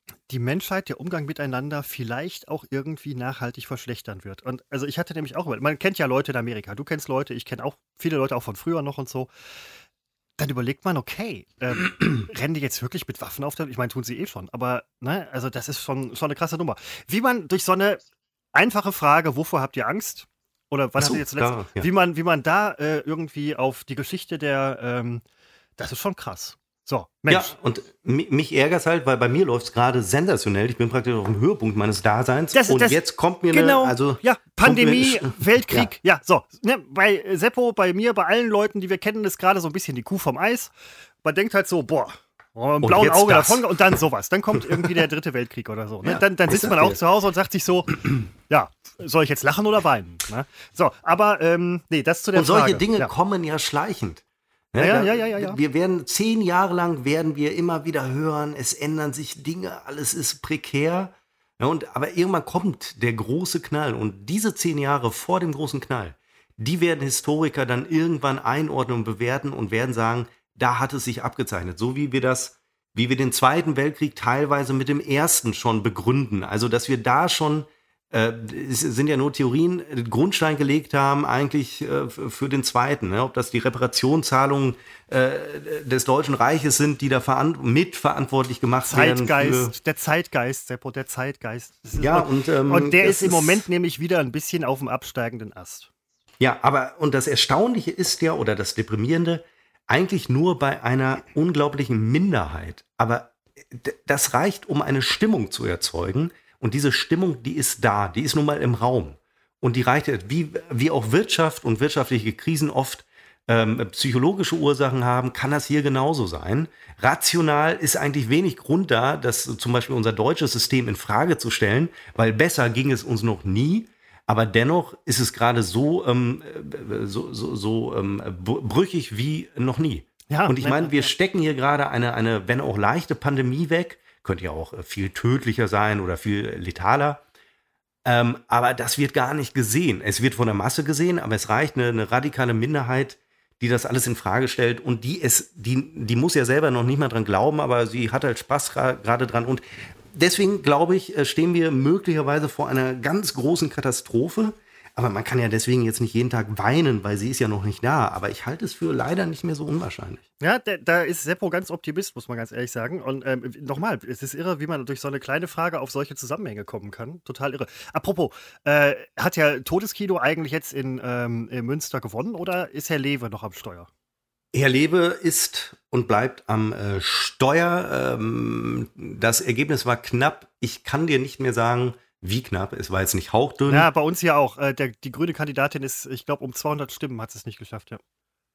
die Menschheit, der Umgang miteinander vielleicht auch irgendwie nachhaltig verschlechtern wird. Und also ich hatte nämlich auch, man kennt ja Leute in Amerika, du kennst Leute, ich kenne auch viele Leute auch von früher noch und so. Dann überlegt man, okay, ähm, rennen die jetzt wirklich mit Waffen auf der, ich meine, tun sie eh schon, aber ne, also das ist schon, schon eine krasse Nummer. Wie man durch so eine einfache Frage, wovor habt ihr Angst? Oder wann Ach so, habt ihr jetzt zuletzt, da, ja. wie man, wie man da äh, irgendwie auf die Geschichte der, ähm, das ist schon krass. So, Mensch. Ja, und mi- mich ärgert es halt, weil bei mir läuft es gerade sensationell. Ich bin praktisch auf dem Höhepunkt meines Daseins. Das- und das- jetzt kommt mir Genau, eine, also ja, Pandemie, kommt mir- Weltkrieg, ja, so. Ne, bei Seppo, bei mir, bei allen Leuten, die wir kennen, ist gerade so ein bisschen die Kuh vom Eis. Man denkt halt so, boah, oh, ein blauen jetzt Auge das. davon und dann sowas. Dann kommt irgendwie der dritte Weltkrieg oder so. Ne? Ja, dann dann ich sitzt sag man auch dir. zu Hause und sagt sich so, ja, soll ich jetzt lachen oder weinen? Ne? So, aber, ähm, nee, das zu der Und solche Frage. Dinge ja. kommen ja schleichend. Ja, ja, da- ja, ja, ja. Wir werden zehn Jahre lang werden wir immer wieder hören, es ändern sich Dinge, alles ist prekär. Ja, und, aber irgendwann kommt der große Knall. Und diese zehn Jahre vor dem großen Knall, die werden Historiker dann irgendwann einordnen und bewerten und werden sagen, da hat es sich abgezeichnet. So wie wir das, wie wir den Zweiten Weltkrieg teilweise mit dem Ersten schon begründen. Also, dass wir da schon Äh, es sind ja nur Theorien, äh, Grundstein gelegt haben eigentlich äh, f- für den Zweiten. Ne? Ob das die Reparationszahlungen äh, des Deutschen Reiches sind, die da veran- mitverantwortlich gemacht werden. Zeitgeist, Für, der Zeitgeist, Seppo, der Zeitgeist. Das ist- ja, und, und, ähm, und der das ist im Moment nämlich wieder ein bisschen auf dem absteigenden Ast. Ja, aber und das Erstaunliche ist ja, oder das Deprimierende, eigentlich nur bei einer unglaublichen Minderheit. Aber d- das reicht, um eine Stimmung zu erzeugen. Und diese Stimmung, die ist da, die ist nun mal im Raum. Und die reicht, wie, wie auch Wirtschaft und wirtschaftliche Krisen oft ähm, psychologische Ursachen haben, kann das hier genauso sein. Rational ist eigentlich wenig Grund da, das zum Beispiel unser deutsches System in Frage zu stellen, weil besser ging es uns noch nie. Aber dennoch ist es gerade so, ähm, äh, so, so, so ähm, br- brüchig wie noch nie. Ja, Und ich ne, meine, wir ja. stecken hier gerade eine, eine, wenn auch leichte Pandemie weg, könnte ja auch äh, viel tödlicher sein oder viel letaler. Ähm, aber das wird gar nicht gesehen. Es wird von der Masse gesehen, aber es reicht eine, eine radikale Minderheit, die das alles in Frage stellt und die es, die, die muss ja selber noch nicht mal dran glauben, aber sie hat halt Spaß gra- gerade dran. Und deswegen glaube ich, äh, stehen wir möglicherweise vor einer ganz großen Katastrophe. Aber man kann ja deswegen jetzt nicht jeden Tag weinen, weil sie ist ja noch nicht da. Aber ich halte es für leider nicht mehr so unwahrscheinlich. Ja, da, da ist Seppo ganz Optimist, muss man ganz ehrlich sagen. Und ähm, nochmal, es ist irre, wie man durch so eine kleine Frage auf solche Zusammenhänge kommen kann. Total irre. Apropos, äh, hat ja Todeskino eigentlich jetzt in, ähm, in Münster gewonnen oder ist Herr Lewe noch am Steuer? Herr Lewe ist und bleibt am äh, Steuer. Ähm, das Ergebnis war knapp. Ich kann dir nicht mehr sagen, wie knapp. Es war jetzt nicht hauchdünn. Ja, bei uns ja auch. Äh, der, die grüne Kandidatin ist, ich glaube, um zweihundert Stimmen hat sie es nicht geschafft, ja.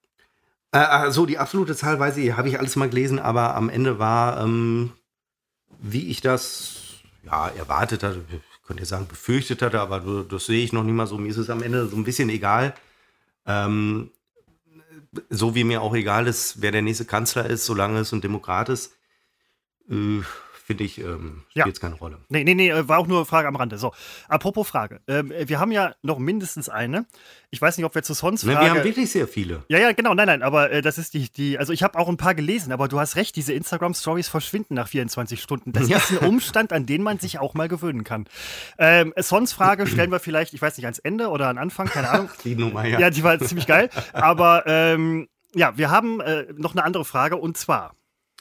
Äh, also die absolute Zahl weiß ich, habe ich alles mal gelesen, aber am Ende war, ähm, wie ich das ja, erwartet hatte, ich könnte jetzt sagen, befürchtet hatte, aber das, das sehe ich noch nicht mal so. Mir ist es am Ende so ein bisschen egal. Ähm, so wie mir auch egal ist, wer der nächste Kanzler ist, solange es ein Demokrat ist, äh, finde ich, ähm, Ja. spielt es keine Rolle. Nee, nee, nee, äh, war auch nur eine Frage am Rande. So, apropos Frage. Ähm, wir haben ja noch mindestens eine. Ich weiß nicht, ob wir zu Sons Ne, Frage... wir haben wirklich sehr viele. Ja, ja, genau, nein, nein, aber äh, das ist die, die, also ich habe auch ein paar gelesen, aber du hast recht, diese Instagram-Stories verschwinden nach vierundzwanzig Stunden. Das Ja. ist ein Umstand, an den man sich auch mal gewöhnen kann. Ähm, Sons Frage stellen wir vielleicht, ich weiß nicht, ans Ende oder an Anfang, keine Ahnung. Die Nummer, ja. Ja, die war ziemlich geil. Aber ähm, ja, wir haben äh, noch eine andere Frage und zwar,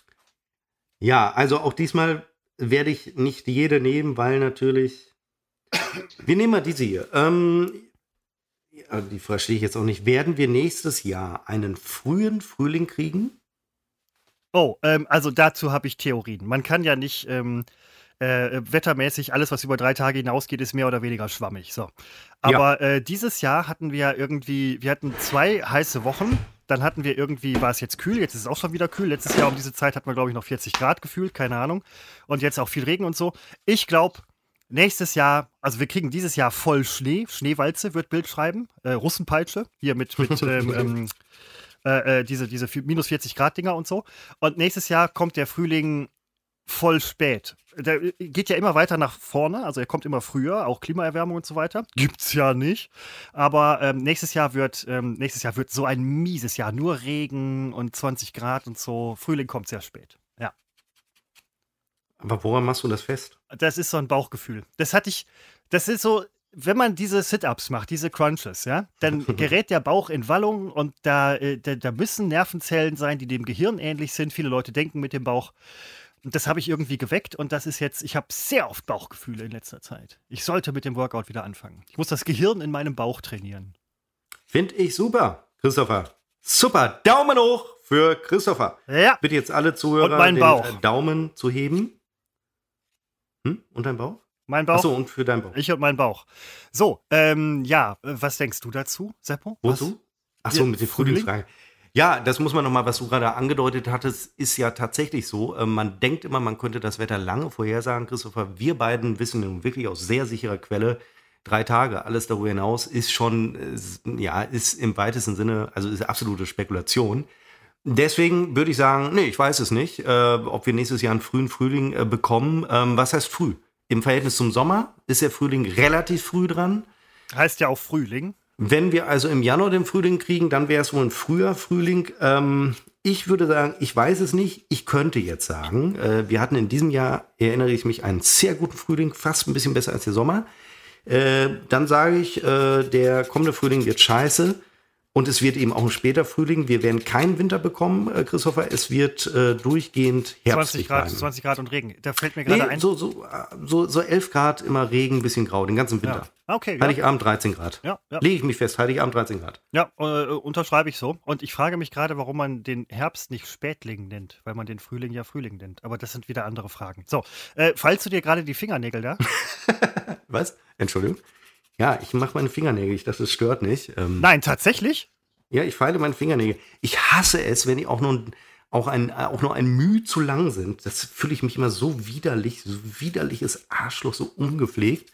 Ja, also auch diesmal werde ich nicht jede nehmen, weil natürlich. Wir nehmen mal diese hier. Ähm, ja, die verstehe ich jetzt auch nicht. Werden wir nächstes Jahr einen frühen Frühling kriegen? oh, ähm, also dazu habe ich Theorien. Man kann ja nicht ähm, äh, wettermäßig, alles, was über drei Tage hinausgeht, ist mehr oder weniger schwammig. So. Aber äh, dieses Jahr hatten wir irgendwie, wir hatten zwei heiße Wochen. Dann hatten wir irgendwie, war es jetzt kühl, jetzt ist es auch schon wieder kühl. Letztes Jahr um diese Zeit hatten wir, glaube ich, noch vierzig Grad gefühlt, keine Ahnung. Und jetzt auch viel Regen und so. Ich glaube, nächstes Jahr, also wir kriegen dieses Jahr voll Schnee. Schneewalze wird Bild schreiben. Äh, Russenpeitsche, hier mit, mit ähm, ähm, äh, äh, diese, diese minus vierzig Grad Dinger und so. Und nächstes Jahr kommt der Frühling voll spät. Der geht ja immer weiter nach vorne, also er kommt immer früher, auch Klimaerwärmung und so weiter. Gibt's ja nicht. Aber ähm, nächstes Jahr wird ähm, nächstes Jahr wird so ein mieses Jahr, nur Regen und zwanzig Grad und so. Frühling kommt sehr spät. Ja. Aber woran machst du das fest? Das ist so ein Bauchgefühl. Das hatte ich, das ist so, wenn man diese Sit-Ups macht, diese Crunches, ja, dann gerät der Bauch in Wallung und da, äh, da, da müssen Nervenzellen sein, die dem Gehirn ähnlich sind. Viele Leute denken mit dem Bauch. Und das habe ich irgendwie geweckt und das ist jetzt, ich habe sehr oft Bauchgefühle in letzter Zeit. Ich sollte mit dem Workout wieder anfangen. Ich muss das Gehirn in meinem Bauch trainieren. Finde ich super, Christopher. Super, Daumen hoch für Christopher. Ja. Bitte jetzt alle Zuhörer Und meinen den Bauch. äh, Daumen zu heben. Hm? Und dein Bauch? Mein Bauch. Achso, und für deinen Bauch. Ich und mein Bauch. So, ähm, ja, äh, was denkst du dazu, Seppo? Wozu? Achso, Ja, mit der Frühling? Frühlingsfrage. Ja, das muss man nochmal, was du gerade angedeutet hattest, ist ja tatsächlich so. Ähm, man denkt immer, man könnte das Wetter lange vorhersagen, Christopher. Wir beiden wissen nun wirklich aus sehr sicherer Quelle, drei Tage, alles darüber hinaus ist schon, äh, ja, ist im weitesten Sinne, also ist absolute Spekulation. Deswegen würde ich sagen, nee, ich weiß es nicht, äh, ob wir nächstes Jahr einen frühen Frühling äh, bekommen. Ähm, was heißt früh? Im Verhältnis zum Sommer ist der Frühling relativ früh dran. Heißt ja auch Frühling. Wenn wir also im Januar den Frühling kriegen, dann wäre es wohl ein früher Frühling. Ähm, ich würde sagen, ich weiß es nicht. Ich könnte jetzt sagen, äh, wir hatten in diesem Jahr, erinnere ich mich, einen sehr guten Frühling, fast ein bisschen besser als der Sommer. Äh, dann sage ich, äh, der kommende Frühling wird scheiße. Und es wird eben auch ein später Frühling. Wir werden keinen Winter bekommen, äh, Christopher. Es wird äh, durchgehend herbstlich zwanzig Grad, bleiben. zwanzig Grad und Regen. Da fällt mir gerade Nee, ein. so, so, äh, so, so elf Grad, immer Regen, bisschen grau, den ganzen Winter. Ja. Okay, ja. Heiligabend dreizehn Grad. Ja, ja. Lege ich mich fest, Heiligabend dreizehn Grad. Ja, äh, unterschreibe ich so. Und ich frage mich gerade, warum man den Herbst nicht Spätling nennt, weil man den Frühling ja Frühling nennt. Aber das sind wieder andere Fragen. So, äh, fallst du dir gerade die Fingernägel da? Was? Entschuldigung? Ja, ich mache meine Fingernägel. Ich dachte, das stört nicht. Ähm, Nein, tatsächlich? Ja, ich feile meine Fingernägel. Ich hasse es, wenn die auch nur, auch ein, auch nur ein Mühe zu lang sind. Das fühle ich mich immer so widerlich, so widerliches Arschloch, so ungepflegt.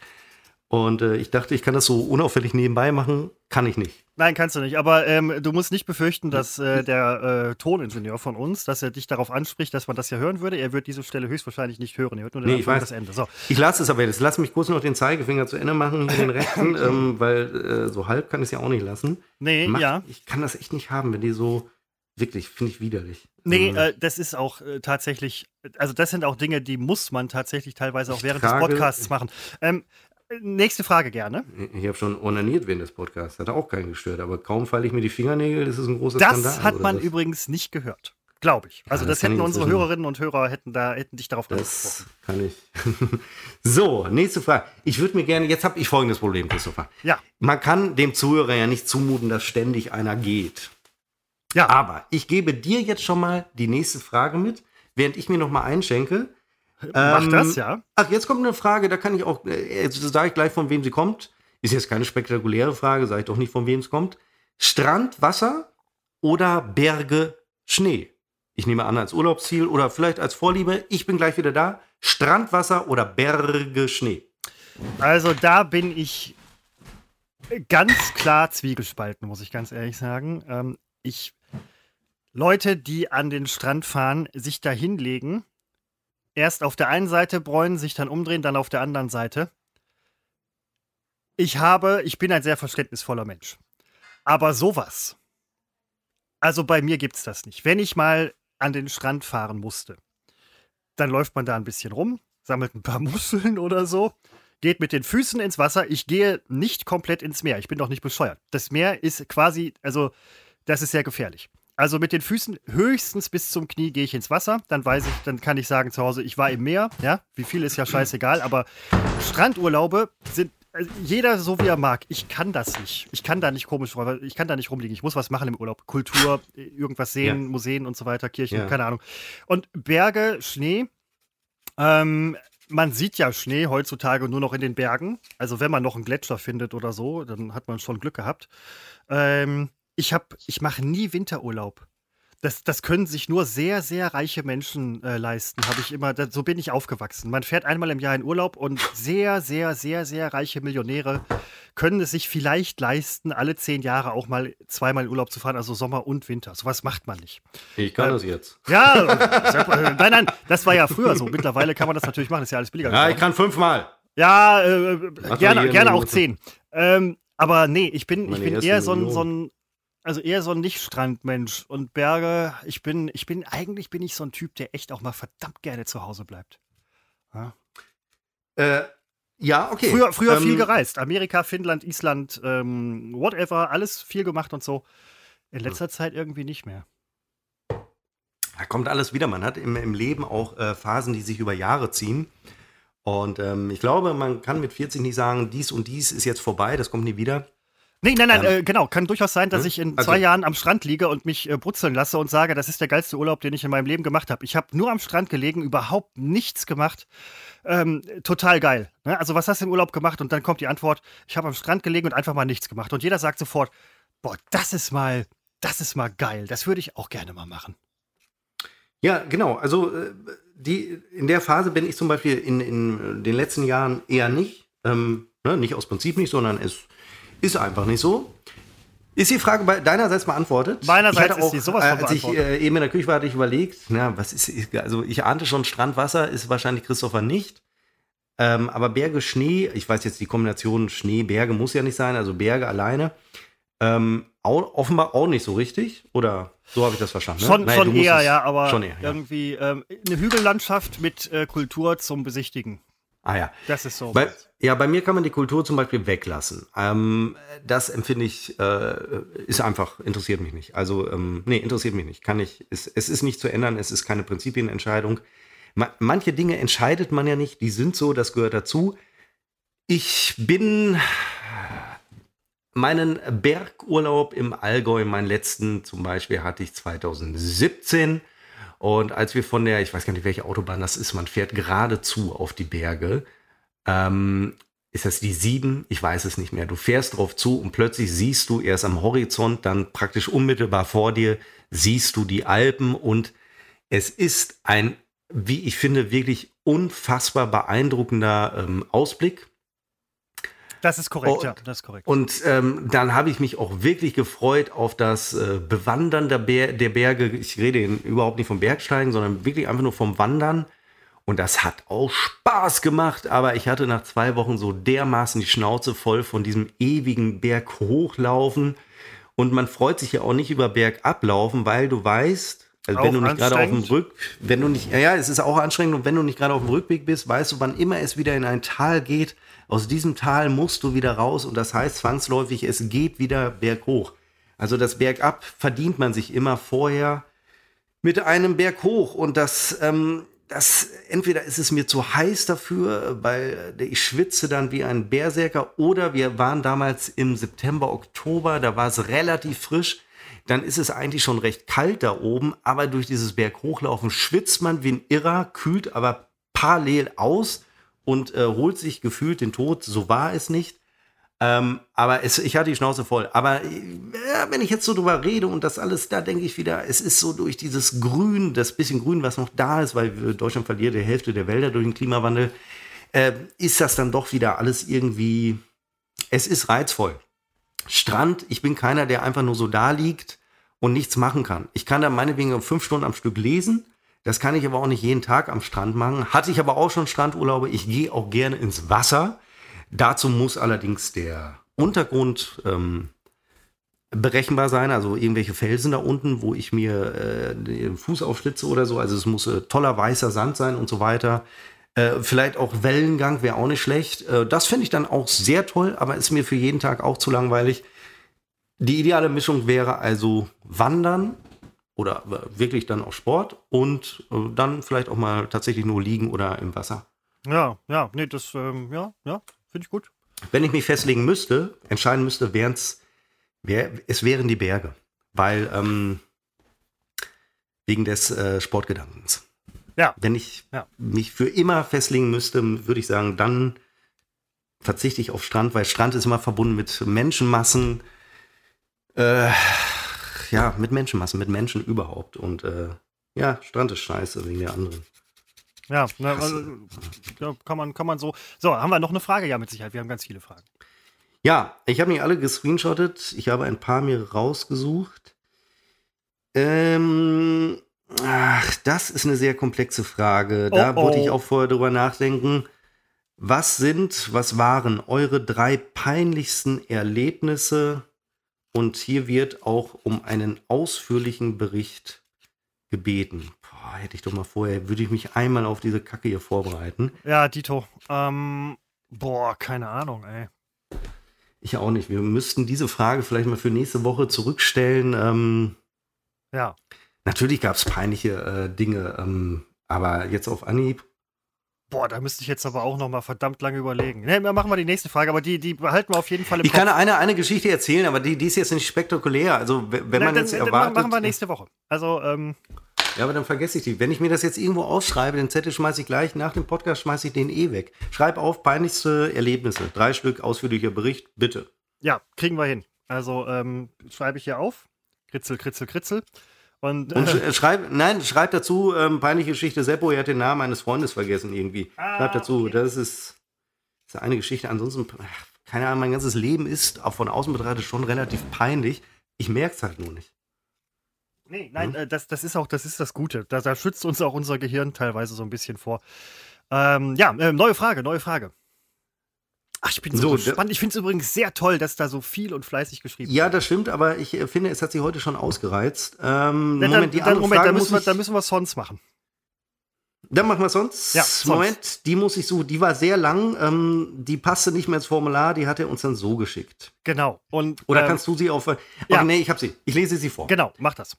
Und äh, ich dachte, ich kann das so unauffällig nebenbei machen. Kann ich nicht. Nein, kannst du nicht. Aber ähm, du musst nicht befürchten, dass äh, der äh, Toningenieur von uns, dass er dich darauf anspricht, dass man das ja hören würde. Er wird diese Stelle höchstwahrscheinlich nicht hören. Er hört nur den Nee, ich Anfang und weiß. das Ende. So. Ich lasse es aber jetzt. Lass mich kurz noch den Zeigefinger zu Ende machen, hier den rechten, ähm, weil äh, so halb kann ich es ja auch nicht lassen. Nee, Macht, ja. Ich kann das echt nicht haben, wenn die so, wirklich, finde ich widerlich. Nee, Ähm, äh, das ist auch äh, tatsächlich, also das sind auch Dinge, die muss man tatsächlich teilweise auch Ich während trage- des Podcasts machen. Ähm, nächste Frage gerne. Ich habe schon onaniert während des Podcasts, hat auch keinen gestört, aber kaum falle ich mir die Fingernägel, das ist ein großer Das Skandal. hat oder man was? übrigens nicht gehört, glaube ich. Also Ja, das, das kann hätten ich unsere inzwischen- Hörerinnen und Hörer hätten da hätten dich darauf Das angesprochen. kann ich. So, nächste Frage. Ich würde mir gerne, jetzt habe ich folgendes Problem, Christopher. Ja, Man kann dem Zuhörer ja nicht zumuten, dass ständig einer geht. ja. Aber ich gebe dir jetzt schon mal die nächste Frage mit, während ich mir noch mal einschenke. Mach Ähm, das, ja. Ach, jetzt kommt eine Frage, da kann ich auch, äh, jetzt sage ich gleich, von wem sie kommt. Ist jetzt keine spektakuläre Frage, sage ich doch nicht, von wem es kommt. Strand, Wasser oder Berge, Schnee? Ich nehme an, als Urlaubsziel oder vielleicht als Vorliebe. Ich bin gleich wieder da. Strand, Wasser oder Berge, Schnee? Also da bin ich ganz klar zwiegespalten, muss ich ganz ehrlich sagen. Ähm, ich Leute, die an den Strand fahren, sich da hinlegen, erst auf der einen Seite bräunen, sich dann umdrehen, dann auf der anderen Seite. Ich habe, ich bin ein sehr verständnisvoller Mensch. Aber sowas, also bei mir gibt's das nicht. Wenn ich mal an den Strand fahren musste, dann läuft man da ein bisschen rum, sammelt ein paar Muscheln oder so, geht mit den Füßen ins Wasser. Ich gehe nicht komplett ins Meer. Ich bin doch nicht bescheuert. Das Meer ist quasi, also das ist sehr gefährlich. Also mit den Füßen höchstens bis zum Knie gehe ich ins Wasser. Dann weiß ich, dann kann ich sagen zu Hause, ich war im Meer. Ja, wie viel ist ja scheißegal. Aber Strandurlaube sind also jeder so wie er mag. Ich kann das nicht. Ich kann da nicht komisch, ich kann da nicht rumliegen. Ich muss was machen im Urlaub. Kultur, irgendwas sehen, Ja. Museen und so weiter, Kirchen, Ja. keine Ahnung. Und Berge, Schnee. Ähm, man sieht ja Schnee heutzutage nur noch in den Bergen. Also wenn man noch einen Gletscher findet oder so, dann hat man schon Glück gehabt. Ähm, ich hab, ich mache nie Winterurlaub. Das, das können sich nur sehr, sehr reiche Menschen äh, leisten, habe ich immer, da, so bin ich aufgewachsen. Man fährt einmal im Jahr in Urlaub und sehr, sehr, sehr, sehr reiche Millionäre können es sich vielleicht leisten, alle zehn Jahre auch mal zweimal in Urlaub zu fahren, also Sommer und Winter. Sowas macht man nicht. Ich kann Äh, das jetzt. Ja, äh, nein, nein, das war ja früher so. Mittlerweile kann man das natürlich machen, ist ja alles billiger Ja, ich geworden. kann fünfmal. Ja, äh, Ach, gerne, hier gerne in auch den- zehn. Ähm, aber nee, ich bin, ich Meine bin erste eher so ein, Million. so ein, also eher so ein Nicht-Strandmensch. Und Berge, ich bin, ich bin, eigentlich bin ich so ein Typ, der echt auch mal verdammt gerne zu Hause bleibt. Ja, Äh, ja, okay. früher früher ähm, viel gereist. Amerika, Finnland, Island, ähm, whatever, alles viel gemacht und so. In letzter Zeit irgendwie nicht mehr. Da kommt alles wieder. Man hat im, im Leben auch äh, Phasen, die sich über Jahre ziehen. Und ähm, ich glaube, man kann mit vierzig nicht sagen, dies und dies ist jetzt vorbei, das kommt nie wieder. Nee, nein, nein, Ähm, äh, genau. Kann durchaus sein, dass hm? ich in Also- zwei Jahren am Strand liege und mich äh, brutzeln lasse und sage, das ist der geilste Urlaub, den ich in meinem Leben gemacht habe. Ich habe nur am Strand gelegen, überhaupt nichts gemacht. Ähm, total geil. Ne? Also, was hast du im Urlaub gemacht? Und dann kommt die Antwort, ich habe am Strand gelegen und einfach mal nichts gemacht. Und jeder sagt sofort, boah, das ist mal, das ist mal geil. Das würde ich auch gerne mal machen. Ja, genau. Also äh, die, in der Phase bin ich zum Beispiel in, in den letzten Jahren eher nicht. Ähm, ne, nicht aus Prinzip nicht, sondern es ist einfach nicht so. Ist die Frage bei deinerseits beantwortet? Meinerseits Ich hatte ist die sowas von äh, Als ich beantwortet. äh, eben in der Küche war, hatte ich überlegt, na, was ist, also ich ahnte schon, Strandwasser ist wahrscheinlich Christopher nicht. Ähm, aber Berge, Schnee, ich weiß jetzt, die Kombination Schnee, Berge muss ja nicht sein, also Berge alleine. Ähm, auch, offenbar auch nicht so richtig. Oder so habe ich das verstanden. Ne? Schon, Nein, schon du musst eher, es- ja, aber schon eher, ja. irgendwie ähm, eine Hügellandschaft mit äh, Kultur zum Besichtigen. Ah ja. Das ist so. Bei, ja, bei mir kann man die Kultur zum Beispiel weglassen. Ähm, das empfinde ich, äh, ist einfach, interessiert mich nicht. Also, ähm, nee, interessiert mich nicht. Kann ich, es, es ist nicht zu ändern, es ist keine Prinzipienentscheidung. Ma, manche Dinge entscheidet man ja nicht, die sind so, das gehört dazu. Ich bin meinen Bergurlaub im Allgäu, meinen letzten zum Beispiel, hatte ich zwanzig siebzehn. Und als wir von der, ich weiß gar nicht, welche Autobahn das ist, man fährt geradezu auf die Berge. Ähm, ist das die sieben? Ich weiß es nicht mehr. Du fährst drauf zu und plötzlich siehst du erst am Horizont, dann praktisch unmittelbar vor dir, siehst du die Alpen. Und es ist ein, wie ich finde, wirklich unfassbar beeindruckender ähm, Ausblick. Das ist korrekt, Und- ja, das ist korrekt. Und ähm, dann habe ich mich auch wirklich gefreut auf das äh, Bewandern der, Ber der Berge. Ich rede überhaupt nicht vom Bergsteigen, sondern wirklich einfach nur vom Wandern. Und das hat auch Spaß gemacht. Aber ich hatte nach zwei Wochen so dermaßen die Schnauze voll von diesem ewigen Berghochlaufen. Und man freut sich ja auch nicht über Bergablaufen, weil du weißt, also wenn Auch du nicht gerade auf dem anstrengend. Rück, wenn du nicht, ja, ja, es ist auch anstrengend. Und wenn du nicht gerade auf dem Rückweg bist, weißt du, wann immer es wieder in ein Tal geht, aus diesem Tal musst du wieder raus und das heißt zwangsläufig, es geht wieder berghoch. Also das Bergab verdient man sich immer vorher mit einem Berg hoch und das, ähm, das, entweder ist es mir zu heiß dafür, weil ich schwitze dann wie ein Berserker, oder wir waren damals im September, Oktober, da war es relativ frisch, dann ist es eigentlich schon recht kalt da oben, aber durch dieses Berghochlaufen schwitzt man wie ein Irrer, kühlt aber parallel aus und äh, holt sich gefühlt den Tod, so war es nicht. Ähm, aber es, ich hatte die Schnauze voll. Aber äh, wenn ich jetzt so drüber rede und das alles, da denke ich wieder, es ist so durch dieses Grün, das bisschen Grün, was noch da ist, weil Deutschland verliert die Hälfte der Wälder durch den Klimawandel, äh, ist das dann doch wieder alles irgendwie, es ist reizvoll. Strand, ich bin keiner, der einfach nur so da liegt und nichts machen kann. Ich kann da meinetwegen fünf Stunden am Stück lesen. Das kann ich aber auch nicht jeden Tag am Strand machen. Hatte ich aber auch schon Strandurlaube. Ich gehe auch gerne ins Wasser. Dazu muss allerdings der Untergrund ähm, berechenbar sein. Also irgendwelche Felsen da unten, wo ich mir äh, den Fuß aufschlitze oder so. Also es muss äh, toller weißer Sand sein und so weiter. Äh, vielleicht auch Wellengang wäre auch nicht schlecht. Äh, das fände ich dann auch sehr toll, aber ist mir für jeden Tag auch zu langweilig. Die ideale Mischung wäre also Wandern oder wirklich dann auch Sport und äh, dann vielleicht auch mal tatsächlich nur liegen oder im Wasser. Ja, ja, nee, das, ähm, ja, ja, finde ich gut. Wenn ich mich festlegen müsste, entscheiden müsste, wären's, wär, es wären die Berge. Weil, ähm, wegen des äh, Sportgedankens. Ja. Wenn ich Ja. mich für immer festlegen müsste, würde ich sagen, dann verzichte ich auf Strand, weil Strand ist immer verbunden mit Menschenmassen. Äh, ja, mit Menschenmassen, mit Menschen überhaupt. Und äh, ja, Strand ist scheiße wegen der anderen. Ja, ne, Krass. also, ja, kann man, kann man so. So, haben wir noch eine Frage? Ja, mit Sicherheit. Wir haben ganz viele Fragen. Ja, ich habe nicht alle gescreenshottet. Ich habe ein paar mir rausgesucht. Ähm, ach, das ist eine sehr komplexe Frage. Da Oh, oh. wollte ich auch vorher drüber nachdenken. Was sind, was waren eure drei peinlichsten Erlebnisse? Und hier wird auch um einen ausführlichen Bericht gebeten. Boah, hätte ich doch mal vorher, würde ich mich einmal auf diese Kacke hier vorbereiten. Ja, Dito. Ähm, boah, keine Ahnung, ey. Ich auch nicht. Wir müssten diese Frage vielleicht mal für nächste Woche zurückstellen. Ähm, ja. Natürlich gab es peinliche äh, Dinge, ähm, aber jetzt auf Anhieb. Boah, da müsste ich jetzt aber auch noch mal verdammt lange überlegen. Ne, machen wir die nächste Frage, aber die, die behalten wir auf jeden Fall im Ich Kopf. kann eine, eine Geschichte erzählen, aber die, die ist jetzt nicht spektakulär. Also wenn Nein, man dann, jetzt dann erwartet... machen wir nächste Woche. Also, ähm... Ja, aber dann vergesse ich die. Wenn ich mir das jetzt irgendwo aufschreibe, den Zettel schmeiße ich gleich, nach dem Podcast schmeiße ich den eh weg. Schreib auf, peinlichste Erlebnisse. Drei Stück, ausführlicher Bericht, bitte. Ja, kriegen wir hin. Also, ähm, schreibe ich hier auf. Kritzel, kritzel, kritzel. Und, Und äh, sch schreib, nein, schreib dazu, ähm, peinliche Geschichte, Seppo, er hat den Namen eines Freundes vergessen irgendwie. Ah, schreib dazu, okay. das ist, das ist eine Geschichte. Ansonsten, ach, keine Ahnung, mein ganzes Leben ist, auch von außen betrachtet, schon relativ peinlich. Ich merke es halt nur nicht. Nee, nein, äh, das, das ist auch, das ist das Gute. Da, da schützt uns auch unser Gehirn teilweise so ein bisschen vor. Ähm, ja, äh, neue Frage, neue Frage. Ach, ich bin so, So, gespannt. Ich finde es übrigens sehr toll, dass da so viel und fleißig geschrieben Ja, wird. das stimmt, aber ich äh, finde, es hat sich heute schon ausgereizt. Ähm, Dann, Moment, die dann, andere Moment, Frage dann muss müssen, wir, ich... dann müssen wir sonst machen. Dann machen wir sonst. Ja, sonst. Moment, die muss ich suchen. Die war sehr lang. Ähm, die passte nicht mehr ins Formular. Die hat er uns dann so geschickt. Genau. Und, Oder ähm, kannst du sie auf... Okay, ja. nee, ich habe sie. Ich lese sie vor. Genau, mach das.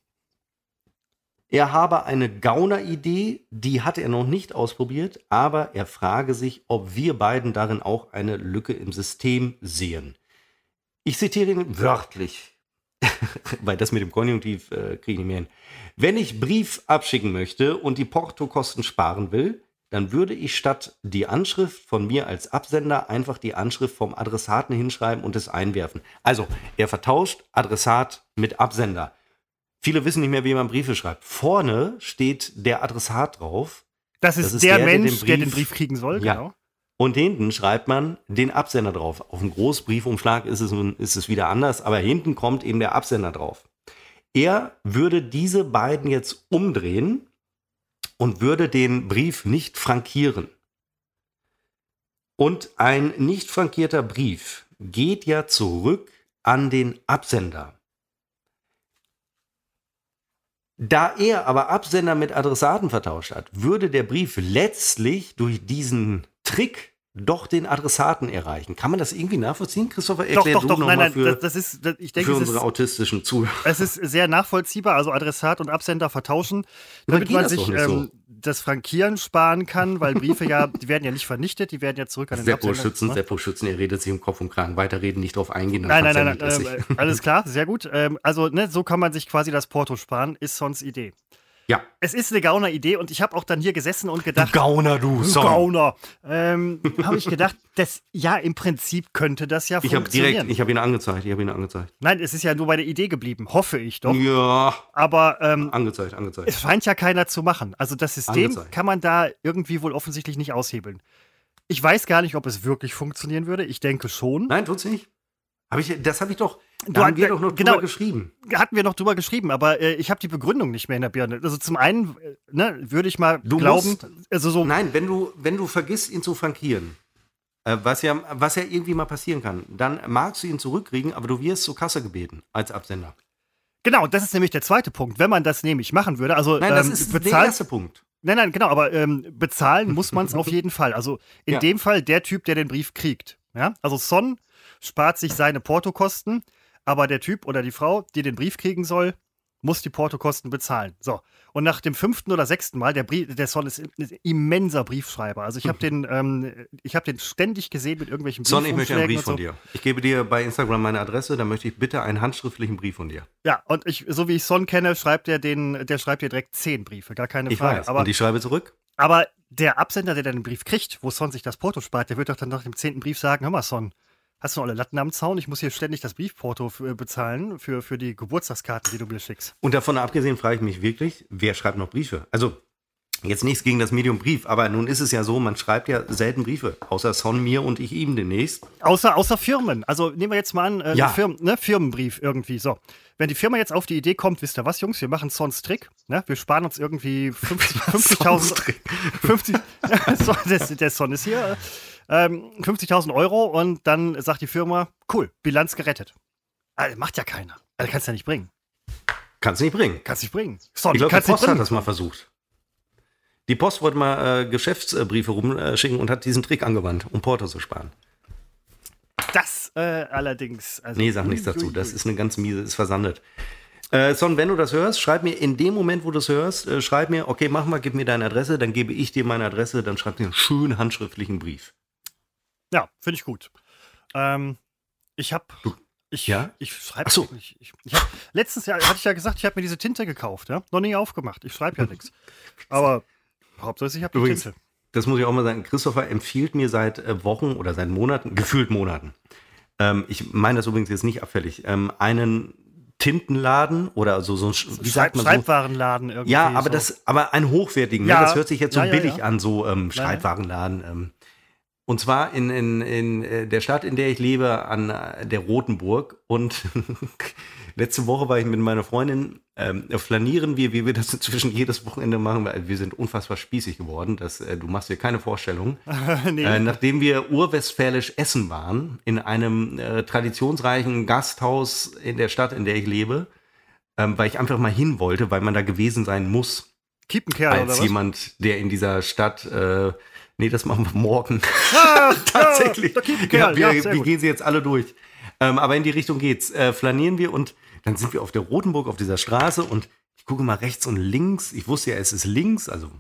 Er habe eine Gauner-Idee, die hat er noch nicht ausprobiert, aber er frage sich, ob wir beiden darin auch eine Lücke im System sehen. Ich zitiere ihn wörtlich, weil das mit dem Konjunktiv äh, kriege ich nicht mehr hin. Wenn ich Brief abschicken möchte und die Portokosten sparen will, dann würde ich statt die Anschrift von mir als Absender einfach die Anschrift vom Adressaten hinschreiben und es einwerfen. Also, er vertauscht Adressat mit Absender. Viele wissen nicht mehr, wie man Briefe schreibt. Vorne steht der Adressat drauf. Das ist, Das ist der, der, der den Mensch, der Brief- den Brief kriegen soll, Ja. genau. Und hinten schreibt man den Absender drauf. Auf dem Großbriefumschlag ist es, nun- ist es wieder anders, aber hinten kommt eben der Absender drauf. Er würde diese beiden jetzt umdrehen und würde den Brief nicht frankieren. Und ein nicht frankierter Brief geht ja zurück an den Absender. Da er aber Absender mit Adressaten vertauscht hat, würde der Brief letztlich durch diesen Trick doch den Adressaten erreichen. Kann man das irgendwie nachvollziehen? Christopher, Doch, erklär doch, du doch, noch nein, mal nein, für, das, das ist, das, ich denke, für es unsere ist, autistischen Zuhörer. es ist sehr nachvollziehbar, also Adressat und Absender vertauschen, Aber damit geht man das sich doch nicht so? ähm, das Frankieren sparen kann, weil Briefe ja, die werden ja nicht vernichtet, die werden ja zurück an den Seppo Absender. schützen, ne? Seppo schützen, er redet sich im Kopf und Kragen. Weiterreden, nicht drauf eingehen. dann Nein, nein, nein, verzählt nein er sich. ähm, äh, alles klar, sehr gut. Ähm, also, ne, so kann man sich quasi das Porto sparen, ist Sons Idee. Ja. Es ist eine Gauner-Idee und ich habe auch dann hier gesessen und gedacht, Gauner, du Du Son. Gauner. Ähm, habe ich gedacht, das, ja, im Prinzip könnte das ja Ich habe funktionieren. direkt, ich habe ihn angezeigt, ich habe ihn angezeigt. Nein, es ist ja nur bei der Idee geblieben, hoffe ich doch. Ja, Aber ähm, angezeigt, angezeigt. es scheint ja keiner zu machen. Also das System Angezeigt. kann man da irgendwie wohl offensichtlich nicht aushebeln. Ich weiß gar nicht, ob es wirklich funktionieren würde. Ich denke schon. Nein, tut's nicht. Hab ich, das habe ich doch, Du da haben hast- wir doch noch genau. drüber geschrieben. Hatten wir noch drüber geschrieben, aber äh, ich habe die Begründung nicht mehr in der Birne. Also zum einen, äh, ne, würde ich mal Du glauben, musst- also so, Nein, wenn du, wenn du vergisst, ihn zu frankieren, äh, was, ja, was ja irgendwie mal passieren kann, dann magst du ihn zurückkriegen, aber du wirst zur Kasse gebeten als Absender. genau, das ist nämlich der zweite Punkt. Wenn man das nämlich machen würde, also Nein, das ähm, ist der bezahlt, erste Punkt. Nein, nein, genau, aber ähm, bezahlen muss man es auf jeden Fall. Also in Ja. dem Fall der Typ, der den Brief kriegt. Ja? Also Son spart sich seine Portokosten, aber der Typ oder die Frau, die den Brief kriegen soll, muss die Portokosten bezahlen. So. Und nach dem fünften oder sechsten Mal, der, Brief, der Son ist ein immenser Briefschreiber. Also ich habe den, ähm, ich habe den ständig gesehen mit irgendwelchen Son, ich möchte einen Briefumschlägen Brief von und so. dir. Ich gebe dir bei Instagram meine Adresse, da möchte ich bitte einen handschriftlichen Brief von dir. Ja, und ich, so wie ich Son kenne, schreibt er den, der schreibt dir direkt zehn Briefe, gar keine Ich Frage. weiß. Aber Und ich schreibe zurück. Aber der Absender, der dann den Brief kriegt, wo Son sich das Porto spart, der wird doch dann nach dem zehnten Brief sagen, hör mal Son, hast du noch alle Latten am Zaun? Ich muss hier ständig das Briefporto für, bezahlen für, für die Geburtstagskarten, die du mir schickst. Und davon abgesehen frage ich mich wirklich, wer schreibt noch Briefe? Also, jetzt nichts gegen das Medium Brief, aber nun ist es ja so, man schreibt ja selten Briefe, außer Son, mir und ich ihm demnächst. Außer, außer Firmen. Also nehmen wir jetzt mal an, äh, Ja. eine Firmen, ne, Firmenbrief irgendwie. So. Wenn die Firma jetzt auf die Idee kommt, wisst ihr was, Jungs, wir machen Sons Trick. Ne? Wir sparen uns irgendwie fünfzig fünfzigtausend fünfzig so, der, der Son ist hier. Ähm, fünfzigtausend Euro und dann sagt die Firma, cool, Bilanz gerettet. Also, macht ja keiner. Also kannst du ja nicht bringen. Kannst du nicht bringen. Kannst nicht bringen. Sorry, ich glaube, die kannst nicht Post hat bringen. das mal versucht. Die Post wollte mal äh, Geschäftsbriefe rumschicken und hat diesen Trick angewandt, um Porto zu sparen. Das äh, allerdings. Also, Nee, sag nichts dazu. Das ist eine ganz miese, ist versandet. Äh, Son, wenn du das hörst, schreib mir in dem Moment, wo du es hörst, äh, schreib mir, okay, mach mal, gib mir deine Adresse, dann gebe ich dir meine Adresse, dann schreib dir einen schönen handschriftlichen Brief. Ja, finde ich gut. Ähm, ich habe, ich, ja? ich schreibe so. nicht. Ich, ich hab, letztes Jahr hatte ich ja gesagt, ich habe mir diese Tinte gekauft, ja, noch nie aufgemacht. Ich schreibe ja nichts. Aber hauptsächlich ich habe die Übrigens, Tinte. Das muss ich auch mal sagen. Christopher empfiehlt mir seit äh, Wochen oder seit Monaten, gefühlt Monaten. Ähm, ich meine das übrigens jetzt nicht abfällig. Ähm, einen Tintenladen oder so, so ein, wie sagt man so? Schreibwarenladen irgendwie. Ja, aber so. das, aber ein hochwertigen. Ja. Ne? Das hört sich jetzt so Ja, ja, billig ja. an, so ähm, Schreibwarenladen. Ähm. Und zwar in, in, in der Stadt, in der ich lebe, an der Rotenburg. Und letzte Woche war ich mit meiner Freundin, ähm, flanieren wir, wie wir das inzwischen jedes Wochenende machen, weil wir sind unfassbar spießig geworden. Das, äh, du machst dir keine Vorstellung. nee. äh, nachdem wir urwestfälisch essen waren, in einem äh, traditionsreichen Gasthaus in der Stadt, in der ich lebe, ähm, weil ich einfach mal hin wollte, weil man da gewesen sein muss. Kiepenkerl oder Als was? jemand, der in dieser Stadt, äh, nee, das machen wir morgen. Ah, Tatsächlich. Ja, der Kiepenkerl, Ja, wir ja, sehr wir gut. gehen sie jetzt alle durch. Ähm, aber in die Richtung geht's. Äh, flanieren wir und dann sind wir auf der Rotenburg, auf dieser Straße und ich gucke mal rechts und links. Ich wusste ja, es ist links, also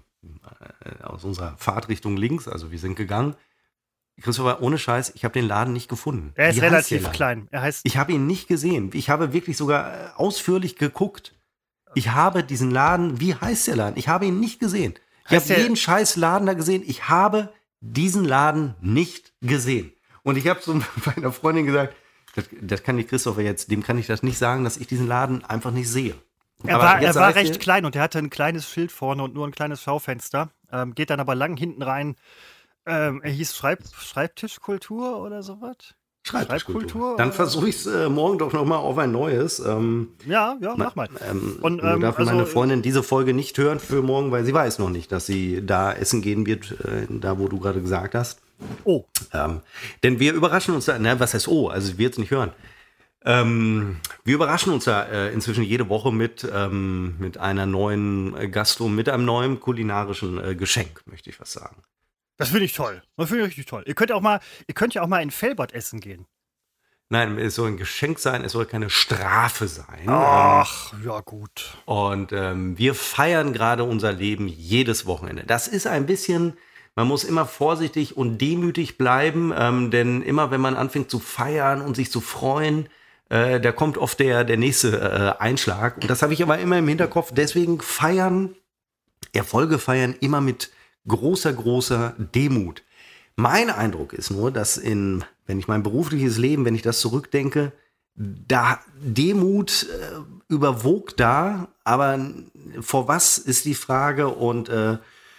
äh, aus unserer Fahrtrichtung links, also wir sind gegangen. Christopher, ohne Scheiß, ich habe den Laden nicht gefunden. Er ist Wie heißt der relativ Laden? klein. Er heißt Ich habe ihn nicht gesehen. Ich habe wirklich sogar äh, ausführlich geguckt. Ich habe diesen Laden, wie heißt der Laden? Ich habe ihn nicht gesehen. Ich Heißt habe der- jeden scheiß Laden da gesehen. Ich habe diesen Laden nicht gesehen. Und ich habe so meiner Freundin gesagt, das, das kann die Christopher jetzt, dem kann ich das nicht sagen, dass ich diesen Laden einfach nicht sehe. Er Aber war, er jetzt war sag ich recht dir- klein und er hatte ein kleines Schild vorne und nur ein kleines Schaufenster. Ähm, geht dann aber lang hinten rein. Ähm, er hieß Schreib Schreibtischkultur oder sowas? Schreibtischkultur. Dann oder- versuche ich es äh, morgen doch noch mal auf ein neues. Ähm, Ja, ja, mach mal. Ähm, Und, nur ähm, darf also- meine Freundin diese Folge nicht hören für morgen, weil sie weiß noch nicht, dass sie da essen gehen wird, äh, da wo du gerade gesagt hast. Oh, Ähm, denn wir überraschen uns da, na, was heißt oh, also sie wird es nicht hören. Ähm, wir überraschen uns da äh, inzwischen jede Woche mit, ähm, mit einer neuen äh, Gastro, mit einem neuen kulinarischen äh, Geschenk, möchte ich was sagen. das finde ich toll. Das finde ich richtig toll. Ihr könnt auch mal, ihr könnt ja auch mal in Felbert essen gehen. Nein, es soll ein Geschenk sein, es soll keine Strafe sein. Ach, ja gut. Und ähm, wir feiern gerade unser Leben jedes Wochenende. Das ist ein bisschen, man muss immer vorsichtig und demütig bleiben, ähm, denn immer wenn man anfängt zu feiern und sich zu freuen, äh, da kommt oft der, der nächste äh, Einschlag. Und das habe ich aber immer im Hinterkopf. Deswegen feiern, Erfolge feiern immer mit großer, großer Demut. Mein Eindruck ist nur, dass in, wenn ich mein berufliches Leben, wenn ich das zurückdenke, da Demut äh, überwog da, aber vor was ist die Frage? Und äh,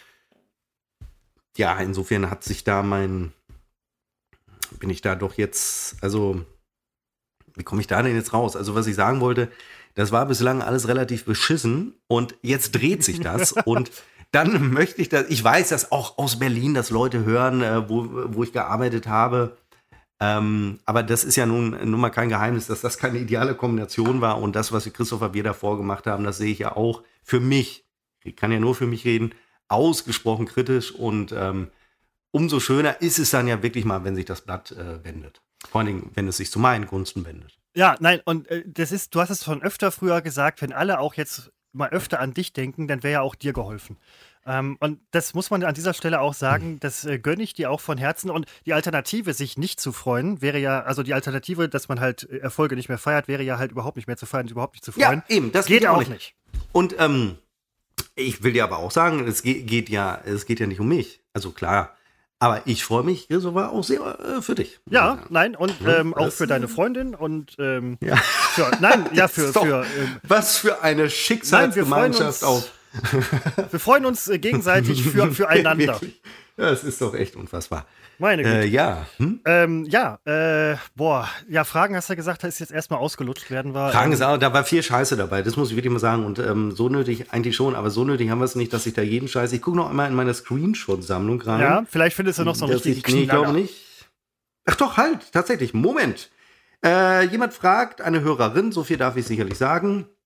ja, insofern hat sich da mein, bin ich da doch jetzt, also wie komme ich da denn jetzt raus? Also was ich sagen wollte, das war bislang alles relativ beschissen und jetzt dreht sich das und dann möchte ich das, ich weiß das auch aus Berlin, dass Leute hören, äh, wo, wo ich gearbeitet habe. Ähm, aber das ist ja nun, nun mal kein Geheimnis, dass das keine ideale Kombination war. Und das, was Christopher wir davor gemacht haben, das sehe ich ja auch für mich, ich kann ja nur für mich reden, ausgesprochen kritisch. Und ähm, umso schöner ist es dann ja wirklich mal, wenn sich das Blatt äh, wendet. Vor allen Dingen, wenn es sich zu meinen Gunsten wendet. Ja, nein, und äh, das ist, du hast es schon öfter früher gesagt, wenn alle auch jetzt mal öfter an dich denken, dann wäre ja auch dir geholfen. Ähm, und das muss man an dieser Stelle auch sagen, das äh, gönne ich dir auch von Herzen. Und die Alternative, sich nicht zu freuen, wäre ja, also die Alternative, dass man halt äh, Erfolge nicht mehr feiert, wäre ja halt überhaupt nicht mehr zu feiern, überhaupt nicht zu freuen. Ja, eben, das geht geht auch auch nicht. nicht. Und ähm, ich will dir aber auch sagen, es geht, geht ja, es geht ja nicht um mich. Also klar. Aber ich freue mich, Christopher, auch sehr äh, für dich. muss ich Ja, sagen. nein, und Ja, ähm, auch das- für deine Freundin und ähm, Ja. für, nein, ja, für, Ist doch- für ähm, Was für eine nein, wir freuen Schicksalsgemeinschaft uns, auf. wir freuen uns äh, gegenseitig für, füreinander. Wirklich. Ja, es ist doch echt unfassbar. Meine Güte. Äh, ja. Hm? Ähm, ja, äh, boah, ja, Fragen hast du gesagt, ist jetzt erstmal ausgelutscht werden wir. Fragen ähm, ist auch, da war viel Scheiße dabei, das muss ich wirklich mal sagen. Und ähm, so nötig eigentlich schon, aber so nötig haben wir es nicht, dass ich da jeden Scheiß. Ich gucke noch einmal in meine Screenshot-Sammlung rein. Ja, vielleicht findest du noch so einen dass richtigen ich, nee, ich glaube Knaller. nicht. Ach doch, halt, tatsächlich. Moment. Äh, jemand fragt, eine Hörerin, so viel darf ich sicherlich sagen.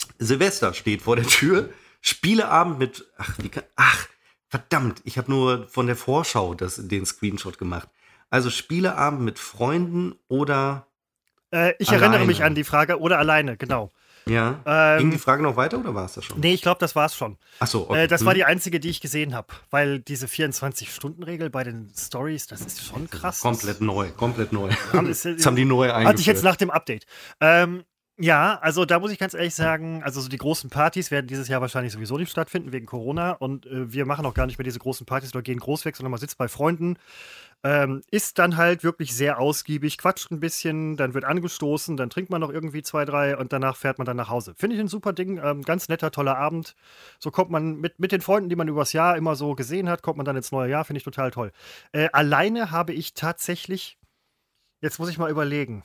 Silvester steht vor der Tür. Spieleabend mit, ach, wie kann, ach, verdammt, ich habe nur von der Vorschau das, den Screenshot gemacht. Also Spieleabend mit Freunden oder Äh, ich Alleine. erinnere mich an die Frage, oder alleine, genau. Ja. Ähm, Ging die Frage noch weiter oder war es das schon? Nee, ich glaube, das war's schon. Ach so, okay. Äh, das Hm. war die einzige, die ich gesehen habe. Weil diese vierundzwanzig-Stunden-Regel bei den Stories, das ist schon krass. Komplett neu, komplett neu. Haben es- Das haben die neu eingeführt. Hatte ich jetzt nach dem Update. Ähm, ja, also da muss ich ganz ehrlich sagen, also so die großen Partys werden dieses Jahr wahrscheinlich sowieso nicht stattfinden wegen Corona und äh, wir machen auch gar nicht mehr diese großen Partys oder gehen groß weg, sondern man sitzt bei Freunden, ähm, isst dann halt wirklich sehr ausgiebig, quatscht ein bisschen, dann wird angestoßen, dann trinkt man noch irgendwie zwei, drei und danach fährt man dann nach Hause. Finde ich ein super Ding, ähm, ganz netter, toller Abend. So kommt man mit, mit den Freunden, die man übers Jahr immer so gesehen hat, kommt man dann ins neue Jahr, finde ich total toll. Äh, alleine habe ich tatsächlich, jetzt muss ich mal überlegen,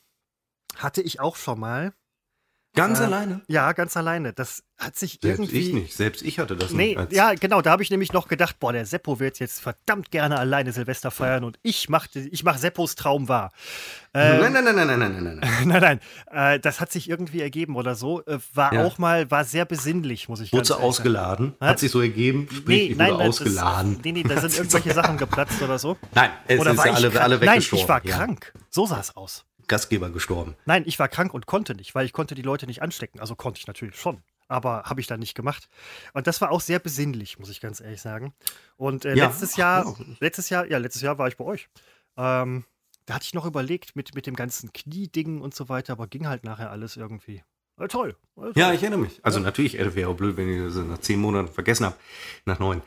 hatte ich auch schon mal. Ganz Äh, alleine? Ja, ganz alleine. Das hat sich Selbst irgendwie. ich nicht. Selbst ich hatte das Nee, nicht. als- ja, genau, da habe ich nämlich noch gedacht, boah, der Seppo wird jetzt verdammt gerne alleine Silvester feiern und ich mach, ich mach Seppos Traum wahr. Ähm, Nein, nein, nein, nein, nein, nein, nein, nein. nein, nein, äh, das hat sich irgendwie ergeben oder so. Äh, war Ja. auch mal, war sehr besinnlich, muss ich Wurde ganz sie ehrlich sagen. ausgeladen? Was? Hat sich so ergeben? Sprich, Nee, ich nein, wurde nein, ausgeladen. Das, nee, nee, da sind irgendwelche Sachen geplatzt oder so. Nein, es Oder ist war ja ich alle, krank? alle Nein, weggestorben. ich war Ja. krank. So sah es aus. Gastgeber gestorben. Nein, ich war krank und konnte nicht, weil ich konnte die Leute nicht anstecken. Also konnte ich natürlich schon, aber habe ich dann nicht gemacht. Und das war auch sehr besinnlich, muss ich ganz ehrlich sagen. Und äh, Ja. letztes Jahr, Ja. letztes Jahr, ja, letztes Jahr war ich bei euch. Ähm, da hatte ich noch überlegt mit, mit dem ganzen Kniedingen und so weiter, aber ging halt nachher alles irgendwie. Äh, toll. Äh, toll. Ja, ich erinnere mich. Also Ja. natürlich, es wäre auch blöd, wenn ich das nach zehn Monaten vergessen habe. Nach neun.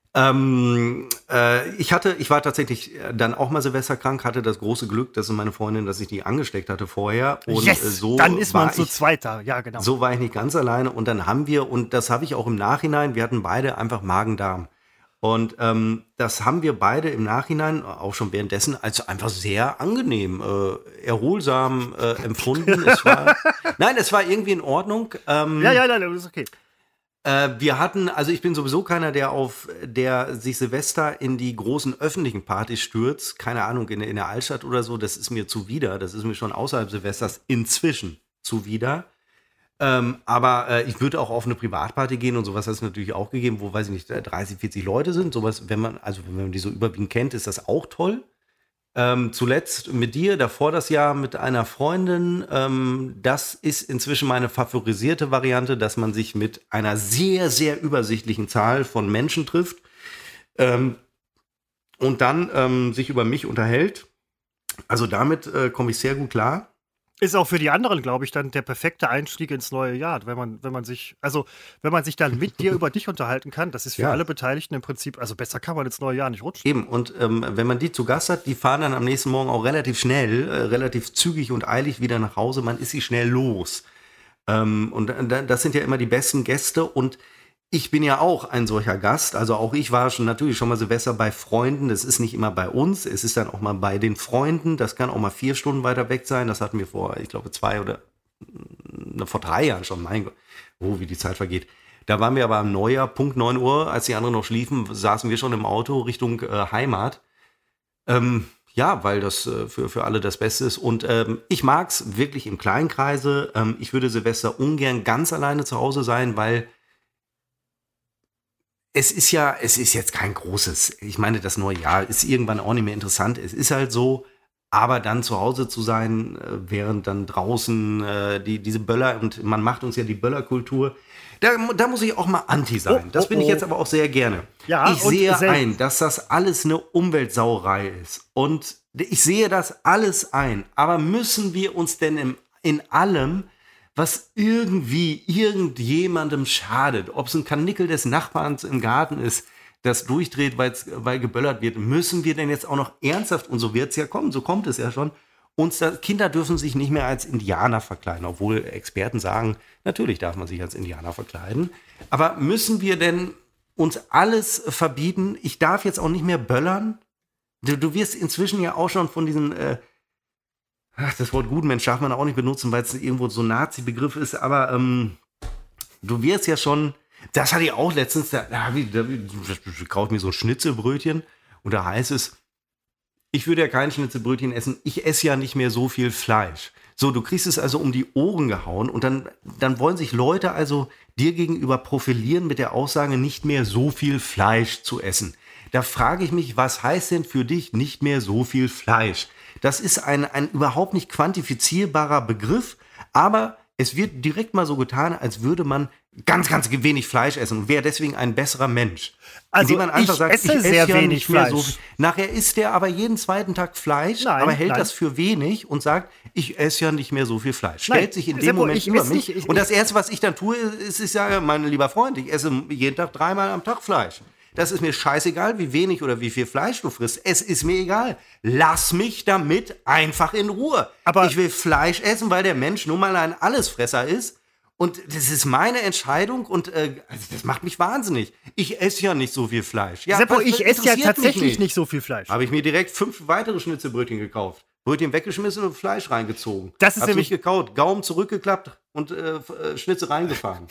Ähm, äh, ich hatte, ich war tatsächlich dann auch mal Silvester krank, hatte das große Glück, dass meine Freundin, dass ich die angesteckt hatte vorher. Und yes, äh, so dann ist man war zu ich, zweit da. Ja, genau. So war ich nicht ganz alleine. Und dann haben wir, und das habe ich auch im Nachhinein, wir hatten beide einfach Magen-Darm. Und ähm, das haben wir beide im Nachhinein, auch schon währenddessen, als einfach sehr angenehm, äh, erholsam äh, empfunden. Es war, nein, es war irgendwie in Ordnung. Ähm, Ja, ja, nein, das ist okay. äh, wir hatten, also ich bin sowieso keiner, der auf, der sich Silvester in die großen öffentlichen Partys stürzt. Keine Ahnung, in, in der Altstadt oder so, das ist mir zuwider. Das ist mir schon außerhalb Silvesters inzwischen zuwider. Ähm, aber äh, ich würde auch auf eine Privatparty gehen und sowas hat es natürlich auch gegeben, wo, weiß ich nicht, dreißig, vierzig Leute sind. Sowas, wenn man, also wenn man die so überwiegend kennt, ist das auch toll. Ähm, zuletzt mit dir, davor das Jahr mit einer Freundin. Ähm, das ist inzwischen meine favorisierte Variante, dass man sich mit einer sehr, sehr übersichtlichen Zahl von Menschen trifft ähm, und dann ähm, sich über mich unterhält. Also damit äh, komme ich sehr gut klar. Ist auch für die anderen, glaube ich, dann der perfekte Einstieg ins neue Jahr, wenn man, wenn man sich, also wenn man sich dann mit dir über dich unterhalten kann, das ist für Ja. alle Beteiligten im Prinzip, also besser kann man ins neue Jahr nicht rutschen. Eben, und ähm, wenn man die zu Gast hat, die fahren dann am nächsten Morgen auch relativ schnell, äh, relativ zügig und eilig wieder nach Hause. Man ist sie schnell los. Ähm, und da- das sind ja immer die besten Gäste. Und ich bin ja auch ein solcher Gast. Also auch ich war schon natürlich schon mal Silvester bei Freunden. Das ist nicht immer bei uns. Es ist dann auch mal bei den Freunden. Das kann auch mal vier Stunden weiter weg sein. Das hatten wir vor, ich glaube, zwei oder na, vor drei Jahren schon. Mein Gott, oh, wie die Zeit vergeht. Da waren wir aber am Neujahr, Punkt neun Uhr, als die anderen noch schliefen, saßen wir schon im Auto Richtung äh, Heimat. Ähm, ja, weil das äh, für, für alle das Beste ist. Und ähm, ich mag es wirklich im kleinen Kreise. Ähm, ich würde Silvester ungern ganz alleine zu Hause sein, weil es ist ja, es ist jetzt kein großes, ich meine, das neue Jahr ist irgendwann auch nicht mehr interessant. Es ist halt so, aber dann zu Hause zu sein, äh, während dann draußen äh, die, diese Böller, und man macht uns ja die Böllerkultur, da, da muss ich auch mal anti sein. Oh, Das oh, bin ich oh. jetzt aber auch sehr gerne. Ja, ich und sehe sel- ein, dass das alles eine Umweltsauerei ist. Und ich sehe das alles ein. Aber müssen wir uns denn im, in allem, was irgendwie irgendjemandem schadet, ob es ein Karnickel des Nachbarns im Garten ist, das durchdreht, weil's, weil geböllert wird, müssen wir denn jetzt auch noch ernsthaft, und so wird es ja kommen, so kommt es ja schon, uns da, Kinder dürfen sich nicht mehr als Indianer verkleiden, obwohl Experten sagen, natürlich darf man sich als Indianer verkleiden. Aber müssen wir denn uns alles verbieten? Ich darf jetzt auch nicht mehr böllern? Du, du wirst inzwischen ja auch schon von diesen, äh, ach, das Wort Gutmensch darf man auch nicht benutzen, weil es irgendwo so ein Nazi-Begriff ist, aber ähm, du wirst ja schon, das hatte ich auch letztens, da, da, da, da kaufe ich mir so ein Schnitzelbrötchen und da heißt es, ich würde ja kein Schnitzelbrötchen essen, ich esse ja nicht mehr so viel Fleisch. So, du kriegst es also um die Ohren gehauen und dann, dann wollen sich Leute also dir gegenüber profilieren mit der Aussage, nicht mehr so viel Fleisch zu essen. Da frage ich mich, was heißt denn für dich nicht mehr so viel Fleisch? Das ist ein, ein überhaupt nicht quantifizierbarer Begriff, aber es wird direkt mal so getan, als würde man ganz, ganz wenig Fleisch essen und wäre deswegen ein besserer Mensch. Also man einfach ich sagt, esse ich esse sehr ja wenig nicht mehr Fleisch. so. Nachher isst er aber jeden zweiten Tag Fleisch, Nein, aber hält nein. das für wenig und sagt, ich esse ja nicht mehr so viel Fleisch. Nein, Stellt sich in dem Seppo, Moment ich über esse mich. nicht- ich- und das Erste, was ich dann tue, ist, ich sage, mein lieber Freund, ich esse jeden Tag dreimal am Tag Fleisch. Das ist mir scheißegal, wie wenig oder wie viel Fleisch du frisst. Es ist mir egal. Lass mich damit einfach in Ruhe. Aber- ich will Fleisch essen, weil der Mensch nun mal ein Allesfresser ist. Und das ist meine Entscheidung und äh, also das macht mich wahnsinnig. Ich esse ja nicht so viel Fleisch. Ja, Seppo, was- ich das esse ja interessiert mich tatsächlich nicht. so viel Fleisch. Habe ich mir direkt fünf weitere Schnitzelbrötchen gekauft. Brötchen weggeschmissen und Fleisch reingezogen. Das ist Hab's nämlich- nicht gekaut. Gaumen zurückgeklappt und äh, F- äh, Schnitzel reingefahren.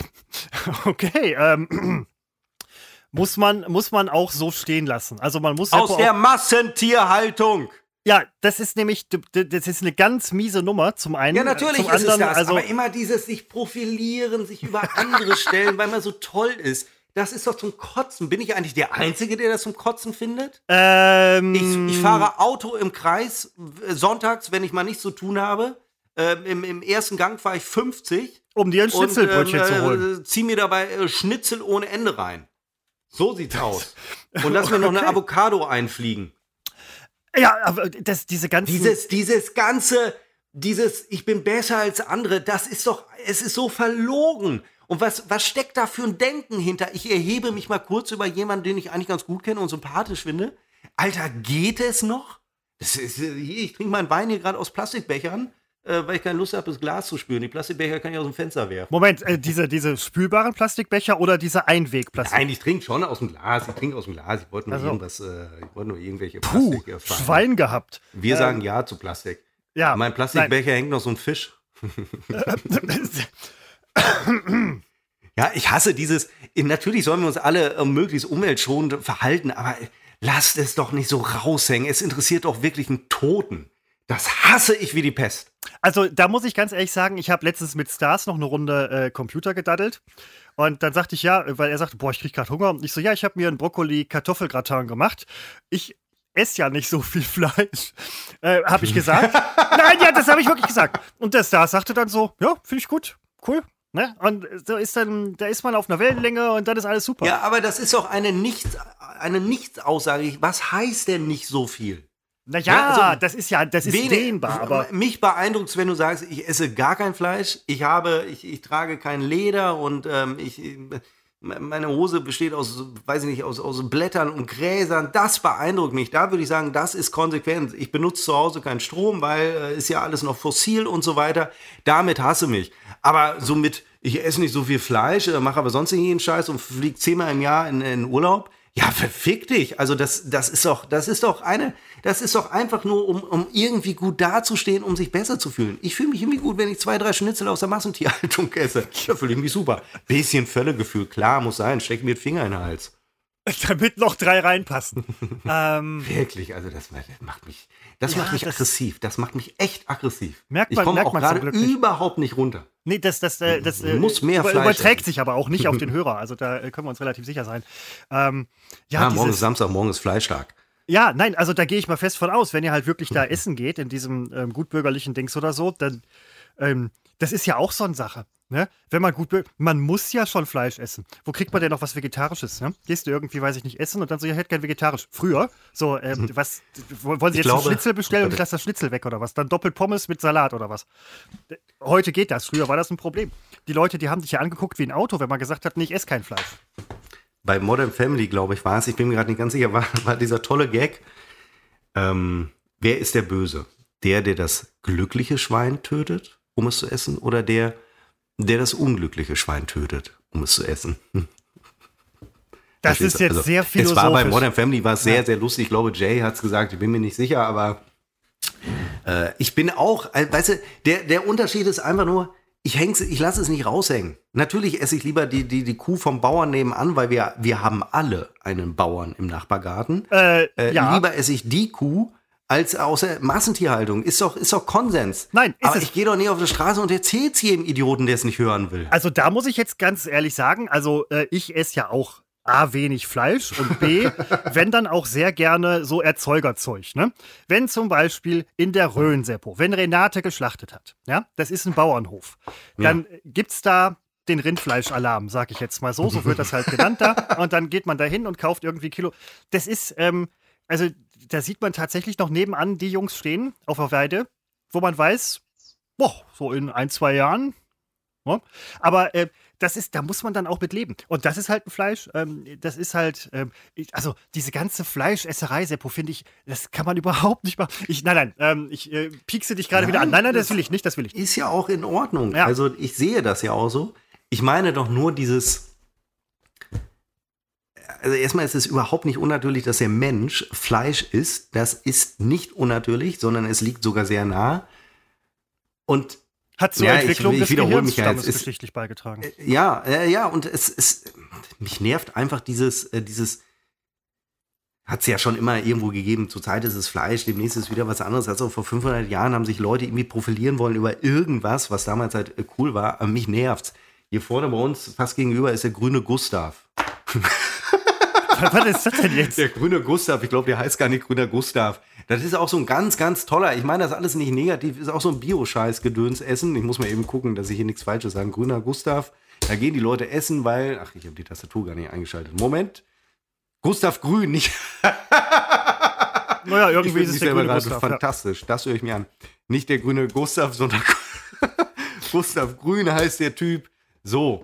Okay, ähm, muss man, muss man auch so stehen lassen. Also man muss Aus Seppo der auch, Massentierhaltung. ja, das ist nämlich, d- d- das ist eine ganz miese Nummer zum einen. Ja, natürlich zum ist anderen, es das. Also, aber immer dieses sich profilieren, sich über andere stellen, weil man so toll ist. Das ist doch zum Kotzen. Bin ich eigentlich der Einzige, der das zum Kotzen findet? ähm, Ich, ich fahre Auto im Kreis, äh, sonntags, wenn ich mal nichts zu tun habe. Ähm, im, Im ersten Gang fahre ich fünfzig. um dir ein Schnitzelbrötchen und, ähm, zu holen. Äh, zieh mir dabei äh, Schnitzel ohne Ende rein. So sieht's aus. Und lass mir noch eine Okay. Avocado einfliegen. Ja, aber das, diese ganzen. Dieses, dieses ganze, dieses, ich bin besser als andere, das ist doch, es ist so verlogen. Und was, was steckt da für ein Denken hinter? Ich erhebe mich mal kurz über jemanden, den ich eigentlich ganz gut kenne und sympathisch finde. Alter, geht es noch? Das ist, ich trinke meinen Wein hier gerade aus Plastikbechern, äh, weil ich keine Lust habe, das Glas zu spüren. Die Plastikbecher kann ich aus dem Fenster werfen. Moment, äh, diese, diese spülbaren Plastikbecher oder diese Einwegplastik? Nein, ich trinke schon aus dem Glas. Ich trinke aus dem Glas. Ich wollte nur Also. irgendwas, äh, ich wollte nur irgendwelche Puh, Plastik erfahren. Schwein gehabt. Wir sagen ja zu Plastik. Ja, An meinem Plastikbecher hängt noch so ein Fisch. Ja, ich hasse dieses, natürlich sollen wir uns alle äh, möglichst umweltschonend verhalten, aber lasst es doch nicht so raushängen. Es interessiert doch wirklich einen Toten. Das hasse ich wie die Pest. Also da muss ich ganz ehrlich sagen, ich habe letztens mit Stars noch eine Runde äh, Computer gedaddelt und dann sagte ich ja, weil er sagte, boah, ich krieg gerade Hunger und ich so, ja, ich habe mir einen Brokkoli-Kartoffelgratin gemacht. Ich esse ja nicht so viel Fleisch, äh, habe ich gesagt. Nein, ja, das habe ich wirklich gesagt. Und der Stars sagte dann so, ja, finde ich gut, cool. Ne? Und so ist dann, da ist man auf einer Wellenlänge und dann ist alles super. Ja, aber das ist doch eine Nichts, eine Nichtsaussage. Was heißt denn nicht so viel? Naja, Ja, also das ist ja, das ist Wenig- dehnbar, aber mich beeindruckt, wenn du sagst, ich esse gar kein Fleisch, ich habe, ich, ich trage kein Leder und ähm, ich, meine Hose besteht aus, weiß ich nicht, aus, aus Blättern und Gräsern. Das beeindruckt mich. Da würde ich sagen, das ist konsequent. Ich benutze zu Hause keinen Strom, weil äh, ist ja alles noch fossil und so weiter. Damit hasse mich. Aber so mit, ich esse nicht so viel Fleisch, äh, mache aber sonst nicht jeden Scheiß und fliege zehnmal im Jahr in, in Urlaub. Ja, verfick dich. Also das, das ist doch, das ist doch eine, das ist doch einfach nur, um, um irgendwie gut dazustehen, um sich besser zu fühlen. Ich fühle mich irgendwie gut, wenn ich zwei, drei Schnitzel aus der Massentierhaltung esse. Da fühle ich mich super. Bisschen Völlegefühl, klar, muss sein. Steck mir den Finger in den Hals. damit noch drei reinpassen. ähm, Wirklich, also das, das macht mich, das Ja, macht mich das- aggressiv. Das macht mich echt aggressiv. Merkt ich man- komme merkt auch man zum gerade Glück nicht. überhaupt nicht runter. Nee, das, das, äh, das äh, Muss mehr über, Fleisch überträgt essen. sich aber auch nicht auf den Hörer. Also da äh, können wir uns relativ sicher sein. Ähm, ja, Ja, morgen ist dieses, Samstag, morgen ist Fleischtag. ja, nein, also da gehe ich mal fest von aus, wenn ihr halt wirklich da essen geht, in diesem ähm, gutbürgerlichen Dings oder so, dann, ähm, das ist ja auch so eine Sache. Ne? Wenn man gut, bür- man muss ja schon Fleisch essen. Wo kriegt man denn noch was Vegetarisches? Ne? Gehst du irgendwie, weiß ich nicht, essen und dann so, ja, ich hätte gern vegetarisch. Früher, so, ähm, was, wollen Sie Ich jetzt einen glaube- Schnitzel bestellen und ich lasse das Schnitzel weg oder was? Dann doppelt Pommes mit Salat oder was? Heute geht das, früher war das ein Problem. Die Leute, die haben dich ja angeguckt wie ein Auto, wenn man gesagt hat, nee, ich esse kein Fleisch. Bei Modern Family, glaube ich, war es, ich bin mir gerade nicht ganz sicher, war, war dieser tolle Gag. Ähm, wer ist der Böse? Der, der das glückliche Schwein tötet, um es zu essen, oder der, der das unglückliche Schwein tötet, um es zu essen? Das Verstehst ist du? jetzt Also, sehr Es philosophisch. war bei Modern Family war es sehr, Ja. sehr lustig. Ich glaube, Jay hat es gesagt, ich bin mir nicht sicher, aber äh, ich bin auch, äh, weißt du, der, der Unterschied ist einfach nur, ich häng's, ich lasse es nicht raushängen. Natürlich esse ich lieber die, die, die Kuh vom Bauern nebenan, weil wir, wir haben alle einen Bauern im Nachbargarten. Äh, Äh, ja. Lieber esse ich die Kuh, als aus der Massentierhaltung. Ist doch, ist doch Konsens. Nein, ist Aber es. ich gehe doch nicht auf die Straße und erzähl's jedem Idioten, der es nicht hören will. Also da muss ich jetzt ganz ehrlich sagen, also äh, ich esse ja auch A, wenig Fleisch und B, wenn dann auch sehr gerne so Erzeugerzeug, ne? Wenn zum Beispiel in der Rhön, Seppo, wenn Renate geschlachtet hat, ja, das ist ein Bauernhof, dann ja. gibt's da den Rindfleischalarm, sag ich jetzt mal so, so wird das halt genannt da, und dann geht man da hin und kauft irgendwie Kilo. Das ist, ähm, also da sieht man tatsächlich noch nebenan die Jungs stehen auf der Weide, wo man weiß, boah, so in ein, zwei Jahren, ja, aber äh, das ist, da muss man dann auch mit leben. Und das ist halt ein Fleisch, ähm, das ist halt, ähm, ich, also diese ganze Fleischesserei, Seppo, finde ich, das kann man überhaupt nicht machen. Ich, nein, nein, ähm, ich äh, piekse dich gerade wieder an. Nein, nein, das will ich nicht, das will ich nicht. Ist ja auch in Ordnung. Ja. Also ich sehe das ja auch so. Ich meine doch nur dieses, also erstmal ist es überhaupt nicht unnatürlich, dass der Mensch Fleisch isst. Das ist nicht unnatürlich, sondern es liegt sogar sehr nah. Und hat zur ja, Entwicklung ich, ich des Gehirnstammes ja, geschichtlich beigetragen. Äh, ja, äh, ja, und es ist, mich nervt einfach dieses, äh, dieses, hat es ja schon immer irgendwo gegeben. Zurzeit ist es Fleisch, demnächst ist es wieder was anderes. Also vor fünfhundert Jahren haben sich Leute irgendwie profilieren wollen über irgendwas, was damals halt äh, cool war. Aber mich nervt's. Hier vorne bei uns, fast gegenüber, ist der grüne Gustav. Was ist das denn jetzt? Der grüne Gustav, ich glaube, der heißt gar nicht grüner Gustav. Das ist auch so ein ganz, ganz toller, ich meine das alles nicht negativ, ist auch so ein Bio-Scheiß-Gedöns essen. Ich muss mal eben gucken, dass ich hier nichts Falsches sage. Grüner Gustav, da gehen die Leute essen, weil, ach, ich habe die Tastatur gar nicht eingeschaltet. Moment. Gustav Grün, nicht. Naja, irgendwie ist es der grüne gerade Gustav. Fantastisch, ja. Das höre ich mir an. Nicht der grüne Gustav, sondern Gustav Grün heißt der Typ. So.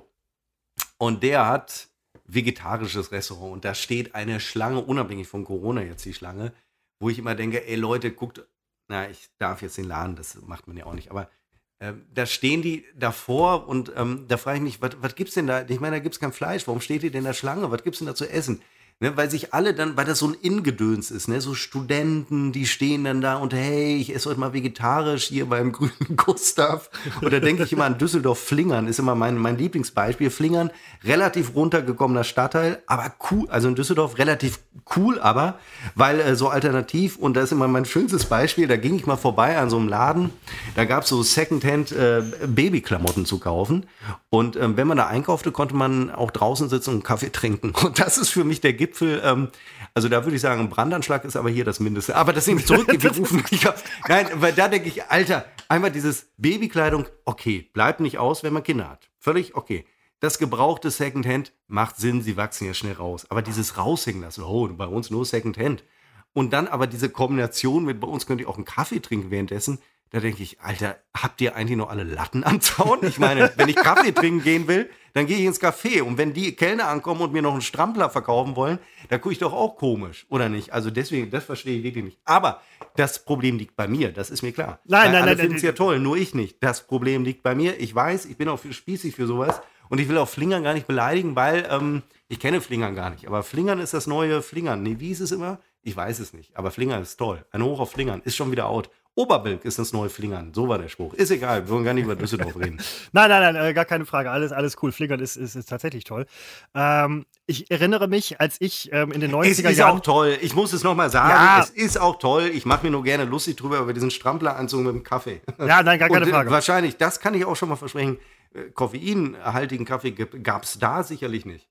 Und der hat vegetarisches Restaurant und da steht eine Schlange, unabhängig von Corona jetzt die Schlange, wo ich immer denke, ey Leute, guckt, na, ich darf jetzt den Laden, das macht man ja auch nicht, aber äh, da stehen die davor und ähm, da frage ich mich, was gibt's denn da? Ich meine, da gibt's kein Fleisch, warum steht ihr denn da Schlange? Was gibt's denn da zu essen? Ne, weil sich alle dann, weil das so ein Ingedöns ist, ne, so Studenten, die stehen dann da und hey, ich esse heute mal vegetarisch hier beim grünen Gustav. Und da denke ich immer an Düsseldorf-Flingern, ist immer mein, mein Lieblingsbeispiel. Flingern, relativ runtergekommener Stadtteil, aber cool, also in Düsseldorf relativ cool, aber, weil äh, so alternativ, und das ist immer mein schönstes Beispiel, da ging ich mal vorbei an so einem Laden, da gab es so Secondhand äh, Babyklamotten zu kaufen. Und ähm, wenn man da einkaufte, konnte man auch draußen sitzen und einen Kaffee trinken. Und das ist für mich der Gipfel, ähm, also da würde ich sagen, ein Brandanschlag ist aber hier das Mindeste. Aber das nehme ich zurück, wir rufen nicht auf. Nein, weil da denke ich, Alter, einmal dieses Babykleidung, okay, bleibt nicht aus, wenn man Kinder hat. Völlig okay. Das gebrauchte Secondhand macht Sinn, sie wachsen ja schnell raus. Aber dieses raushängen lassen, oh, bei uns nur Secondhand. Und dann aber diese Kombination mit, bei uns könnt ihr auch einen Kaffee trinken währenddessen. Da denke ich, Alter, habt ihr eigentlich noch alle Latten am Zaun? Ich meine, wenn ich Kaffee trinken gehen will, dann gehe ich ins Café. Und wenn die Kellner ankommen und mir noch einen Strampler verkaufen wollen, da gucke ich doch auch komisch, oder nicht? Also deswegen, das verstehe ich wirklich nicht. Aber das Problem liegt bei mir, das ist mir klar. Nein, Weil nein, alle nein. finden es ja toll, nur ich nicht. Das Problem liegt bei mir. Ich weiß, ich bin auch für spießig für sowas. Und ich will auch Flingern gar nicht beleidigen, weil ähm, ich kenne Flingern gar nicht. Aber Flingern ist das neue Flingern. Nee, wie ist es immer? Ich weiß es nicht. Aber Flingern ist toll. Ein Hoch auf Flingern ist schon wieder out. Oberbilk ist das neue Flingern. So war der Spruch. Ist egal, wir wollen gar nicht über Düsseldorf reden. Nein, nein, nein, äh, gar keine Frage. Alles, alles cool. Flingern ist, ist, ist tatsächlich toll. Ähm, ich erinnere mich, als ich ähm, in den neunziger Es ist Jahren... auch toll. Ich muss es nochmal sagen. Ja. Es ist auch toll. Ich mache mir nur gerne lustig drüber über diesen Strampleranzug mit dem Kaffee. Ja, nein, gar keine Und, äh, Frage. Wahrscheinlich, das kann ich auch schon mal versprechen, äh, koffeinhaltigen Kaffee gab es da sicherlich nicht.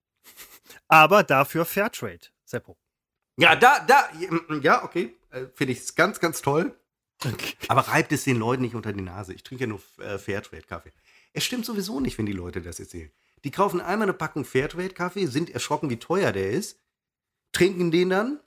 Aber dafür Fairtrade, Seppo. Ja, da, da, ja, okay. Äh, Finde ich ganz, ganz toll. Okay. Aber reibt es den Leuten nicht unter die Nase. Ich trinke ja nur äh, Fairtrade-Kaffee. Es stimmt sowieso nicht, wenn die Leute das erzählen. Die kaufen einmal eine Packung Fairtrade-Kaffee, sind erschrocken, wie teuer der ist, trinken den dann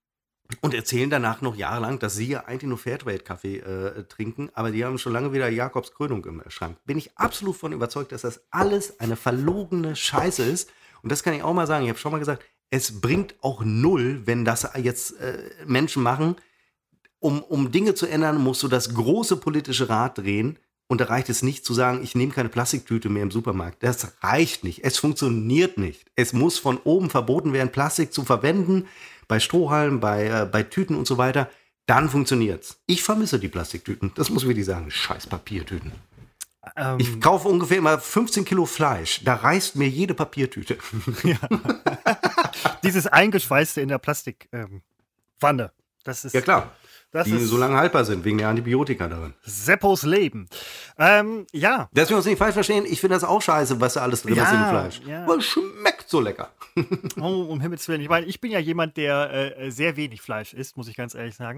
und erzählen danach noch jahrelang, dass sie ja eigentlich nur Fairtrade-Kaffee äh, trinken, aber die haben schon lange wieder Jakobs Krönung im Schrank. Bin ich absolut von überzeugt, dass das alles eine verlogene Scheiße ist. Und das kann ich auch mal sagen. Ich habe schon mal gesagt, es bringt auch null, wenn das jetzt äh, Menschen machen. Um, um Dinge zu ändern, musst du das große politische Rad drehen. Und da reicht es nicht zu sagen, ich nehme keine Plastiktüte mehr im Supermarkt. Das reicht nicht. Es funktioniert nicht. Es muss von oben verboten werden, Plastik zu verwenden, bei Strohhalmen, bei, äh, bei Tüten und so weiter. Dann funktioniert's. Ich vermisse die Plastiktüten. Das muss ich wirklich sagen. Scheiß Papiertüten. Ähm, Ich kaufe ungefähr immer fünfzehn Kilo Fleisch. Da reißt mir jede Papiertüte. ja. Dieses Eingeschweißte in der Plastikwanne. Ähm, Wanne. das ist, Ja, klar. Das die ist so lange haltbar sind, wegen der Antibiotika darin. Seppos Leben. Ähm, ja. Dass wir uns nicht falsch verstehen, ich finde das auch scheiße, was da alles drin Ja, ist in dem Fleisch. ja. Aber es schmeckt so lecker. Oh, um Himmels Willen. Ich meine, ich bin ja jemand, der äh, sehr wenig Fleisch isst, muss ich ganz ehrlich sagen.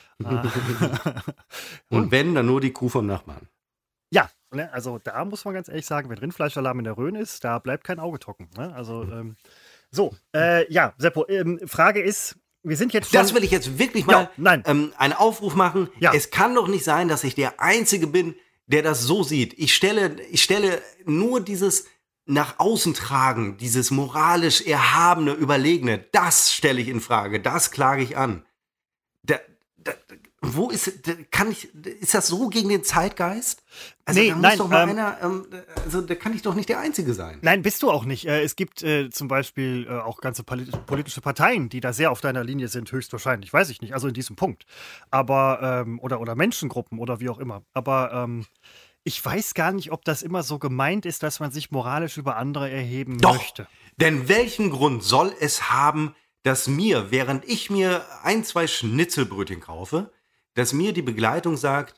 Und wenn, dann nur die Kuh vom Nachbarn. Ja, ne, also da muss man ganz ehrlich sagen, wenn Rindfleischalarm in der Rhön ist, da bleibt kein Auge trocken. Ne? Also, ähm, so, äh, ja, Seppo, ähm, Frage ist, wir sind jetzt schon... Das will ich jetzt wirklich mal Ja, nein. ähm, einen Aufruf machen. Ja. Es kann doch nicht sein, dass ich der Einzige bin, der das so sieht. Ich stelle, ich stelle nur dieses nach außen tragen, dieses moralisch erhabene, überlegene, das stelle ich in Frage, das klage ich an. Da, da, wo ist, da kann ich, ist das so gegen den Zeitgeist? Also Nee, da muss nein, doch mal ähm, einer, ähm, also da kann ich doch nicht der Einzige sein. Nein, bist du auch nicht. Äh, es gibt äh, zum Beispiel äh, auch ganze polit politische Parteien, die da sehr auf deiner Linie sind, höchstwahrscheinlich. Weiß ich nicht, also in diesem Punkt. Aber, ähm, oder, oder Menschengruppen oder wie auch immer. Aber ähm, ich weiß gar nicht, ob das immer so gemeint ist, dass man sich moralisch über andere erheben Doch, möchte. denn welchen Grund soll es haben, dass mir, während ich mir ein, zwei Schnitzelbrötchen kaufe, dass mir die Begleitung sagt,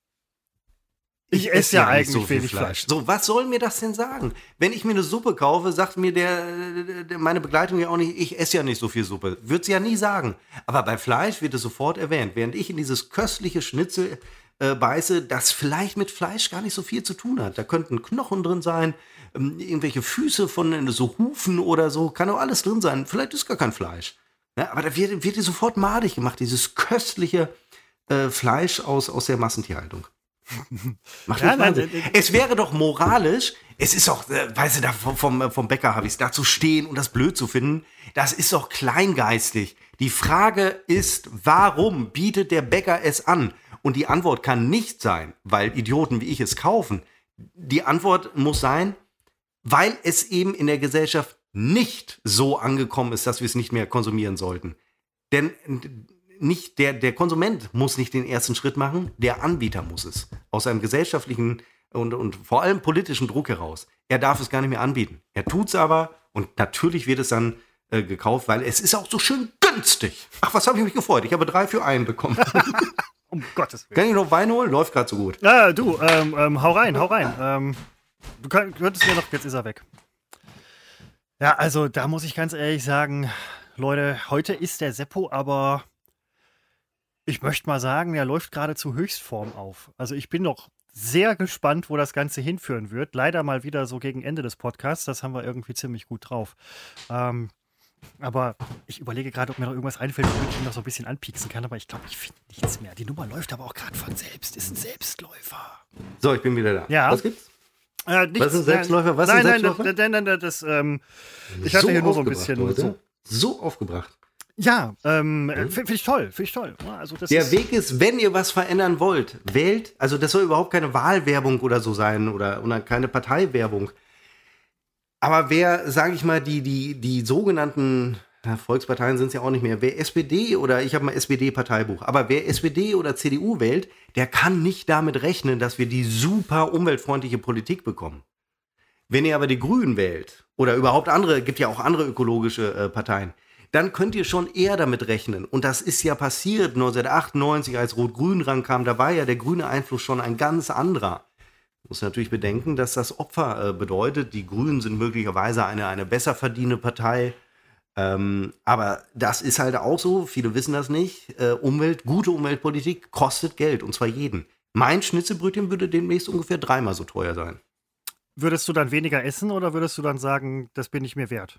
Ich esse ja nicht eigentlich viel wenig Fleisch. So, was soll mir das denn sagen? Wenn ich mir eine Suppe kaufe, sagt mir der, der meine Begleitung ja auch nicht, ich esse ja nicht so viel Suppe. Wird sie ja nie sagen. Aber bei Fleisch wird es sofort erwähnt. Während ich in dieses köstliche Schnitzel äh, beiße, das vielleicht mit Fleisch gar nicht so viel zu tun hat. Da könnten Knochen drin sein, ähm, irgendwelche Füße von äh, so Hufen oder so, kann auch alles drin sein. Vielleicht ist gar kein Fleisch. Ja, aber da wird, wird dir sofort madig gemacht, dieses köstliche äh, Fleisch aus, aus der Massentierhaltung. Macht Ja, mich nein, Wahnsinn. äh, äh, Es wäre doch moralisch, es ist doch, äh, weißt du, da vom, vom, vom Bäcker habe ich es, da zu stehen und das blöd zu finden, das ist doch kleingeistig. Die Frage ist, warum bietet der Bäcker es an? Und die Antwort kann nicht sein, weil Idioten wie ich es kaufen. Die Antwort muss sein, weil es eben in der Gesellschaft nicht so angekommen ist, dass wir es nicht mehr konsumieren sollten. Denn nicht der, der Konsument muss nicht den ersten Schritt machen, der Anbieter muss es. Aus einem gesellschaftlichen und, und vor allem politischen Druck heraus. Er darf es gar nicht mehr anbieten. Er tut es aber und natürlich wird es dann äh, gekauft, weil es ist auch so schön günstig. Ach, was habe ich mich gefreut. Ich habe drei für einen bekommen. Um Gottes Willen. Kann ich noch Wein holen? Läuft gerade so gut. Ja, du, ähm, ähm, hau rein, hau rein. Ähm, du könnt, könntest mir noch, jetzt ist er weg. Ja, also da muss ich ganz ehrlich sagen, Leute, heute ist der Seppo, aber ich möchte mal sagen, der läuft gerade zu Höchstform auf. Also ich bin noch sehr gespannt, wo das Ganze hinführen wird. Leider mal wieder so gegen Ende des Podcasts, das haben wir irgendwie ziemlich gut drauf. Ähm, aber ich überlege gerade, ob mir noch irgendwas einfällt, womit ich ihn noch so ein bisschen anpieksen kann, aber ich glaube, ich finde nichts mehr. Die Nummer läuft aber auch gerade von selbst, ist ein Selbstläufer. So, ich bin wieder da. Ja. Was gibt's? Äh, nichts, Was ist ein Selbstläufer? Was ist nein, ein nein, Selbstläufer? Nein, nein, nein, nein, das, ähm, ich hatte hier nur so ein bisschen. Leute. So. So aufgebracht. Ja, ähm, finde find ich toll, finde ich toll. Also das Der ist, Weg ist, wenn ihr was verändern wollt, wählt, also das soll überhaupt keine Wahlwerbung oder so sein oder, oder keine Parteiwerbung. Aber wer, sage ich mal, die, die, die sogenannten ja, Volksparteien sind es ja auch nicht mehr, wer S P D oder ich habe mal S P D-Parteibuch, aber wer S P D oder C D U wählt, der kann nicht damit rechnen, dass wir die super umweltfreundliche Politik bekommen. Wenn ihr aber die Grünen wählt oder überhaupt andere, gibt ja auch andere ökologische äh, Parteien, dann könnt ihr schon eher damit rechnen. Und das ist ja passiert neunzehnhundertachtundneunzig, als Rot-Grün rankam, da war ja der grüne Einfluss schon ein ganz anderer. Muss natürlich bedenken, dass das Opfer äh, bedeutet, die Grünen sind möglicherweise eine, eine besser verdienende Partei. Ähm, aber das ist halt auch so, viele wissen das nicht, äh, Umwelt, gute Umweltpolitik kostet Geld, und zwar jeden. Mein Schnitzelbrötchen würde demnächst ungefähr dreimal so teuer sein. würdest du dann weniger essen oder würdest du dann sagen, das bin ich mir wert?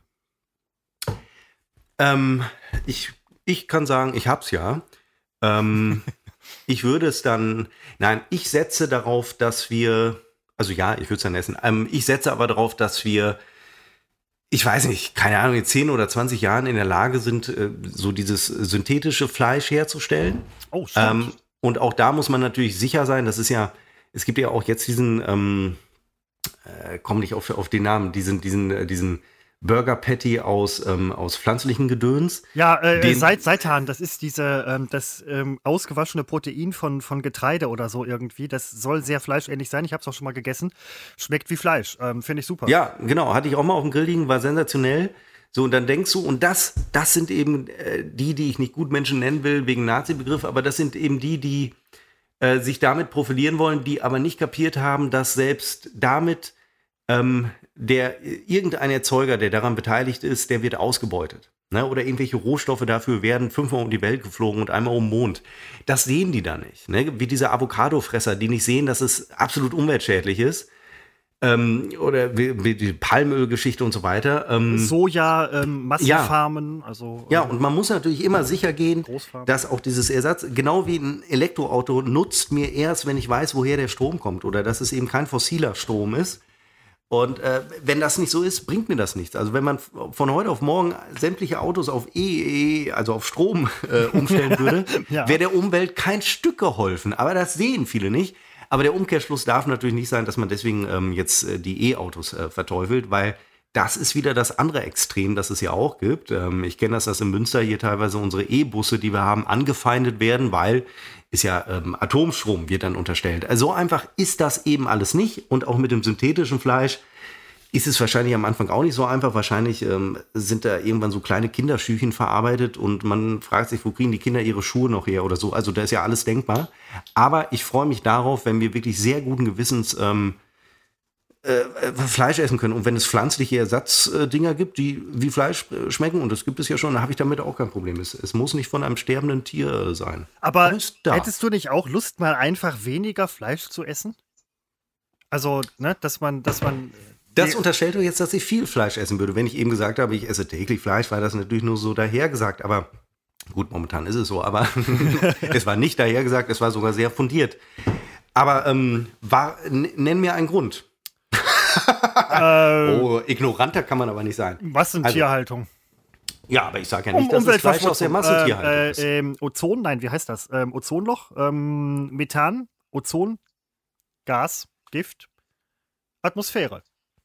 Ähm, ich, ich kann sagen, ich hab's ja. Ähm, ich würde es dann, nein, ich setze darauf, dass wir, also ja, ich würde es dann essen. Ähm, ich setze aber darauf, dass wir, ich weiß nicht, keine Ahnung, in zehn oder zwanzig Jahren in der Lage sind, äh, so dieses synthetische Fleisch herzustellen. Oh, stimmt. Ähm, und auch da muss man natürlich sicher sein, das ist ja, es gibt ja auch jetzt diesen, ähm, äh, komm nicht auf, auf den Namen, diesen, diesen, äh, diesen Burger Patty aus, ähm, aus pflanzlichen Gedöns. Ja, äh, Den- Seit, Seitan, das ist diese, ähm, das ähm, ausgewaschene Protein von, von Getreide oder so irgendwie. Das soll sehr fleischähnlich sein. Ich habe es auch schon mal gegessen. Schmeckt wie Fleisch. Ähm, Finde ich super. Ja, genau, hatte ich auch mal auf dem Grill liegen, war sensationell. So, und dann denkst du, und das, das sind eben äh, die, die ich nicht Gutmenschen nennen will, wegen Nazi-Begriff, aber das sind eben die, die äh, sich damit profilieren wollen, die aber nicht kapiert haben, dass selbst damit ähm, der irgendein Erzeuger, der daran beteiligt ist, der wird ausgebeutet. Ne? Oder irgendwelche Rohstoffe dafür werden fünfmal um die Welt geflogen und einmal um den Mond. Das sehen die da nicht. Ne? Wie diese Avocado-Fresser, die nicht sehen, dass es absolut umweltschädlich ist. Ähm, oder wie, wie die Palmölgeschichte und so weiter. Ähm, Soja, ähm, Massenfarmen, ja. also. Ja, und man muss natürlich immer sicher gehen, dass auch dieses Ersatz, genau wie ein Elektroauto, nutzt mir erst, wenn ich weiß, woher der Strom kommt oder dass es eben kein fossiler Strom ist. Und äh, wenn das nicht so ist, bringt mir das nichts. Also wenn man von heute auf morgen sämtliche Autos auf E, also auf Strom äh, umstellen würde, ja. wäre der Umwelt kein Stück geholfen. Aber das sehen viele nicht. Aber der Umkehrschluss darf natürlich nicht sein, dass man deswegen ähm, jetzt äh, die E-Autos äh, verteufelt, weil das ist wieder das andere Extrem, das es ja auch gibt. Ähm, ich kenne das, dass in Münster hier teilweise unsere E-Busse, die wir haben, angefeindet werden, weil ist ja ähm, Atomstrom wird dann unterstellt. Also so einfach ist das eben alles nicht. Und auch mit dem synthetischen Fleisch ist es wahrscheinlich am Anfang auch nicht so einfach. Wahrscheinlich ähm, sind da irgendwann so kleine Kinderschüchen verarbeitet und man fragt sich, wo kriegen die Kinder ihre Schuhe noch her oder so. Also da ist ja alles denkbar. Aber ich freue mich darauf, wenn wir wirklich sehr guten Gewissens ähm, äh, Fleisch essen können. Und wenn es pflanzliche Ersatzdinger gibt, die wie Fleisch äh, schmecken, und das gibt es ja schon, dann habe ich damit auch kein Problem. Es, es muss nicht von einem sterbenden Tier äh, sein. Aber hättest du nicht auch Lust, mal einfach weniger Fleisch zu essen? Also, ne, dass man, dass man Das unterstellt doch jetzt, dass ich viel Fleisch essen würde. Wenn ich eben gesagt habe, ich esse täglich Fleisch, war das natürlich nur so dahergesagt. Aber gut, momentan ist es so. Aber es war nicht dahergesagt, es war sogar sehr fundiert. Aber ähm, war, n- nenn mir einen Grund. ähm, oh, ignoranter kann man aber nicht sein. Massentierhaltung. Also, ja, aber ich sage ja nicht, um, dass das Fleisch aus der Massentierhaltung äh, ist. Äh, ähm, Ozon, nein, wie heißt das? Ähm, Ozonloch, ähm, Methan, Ozon, Gas, Gift, Atmosphäre.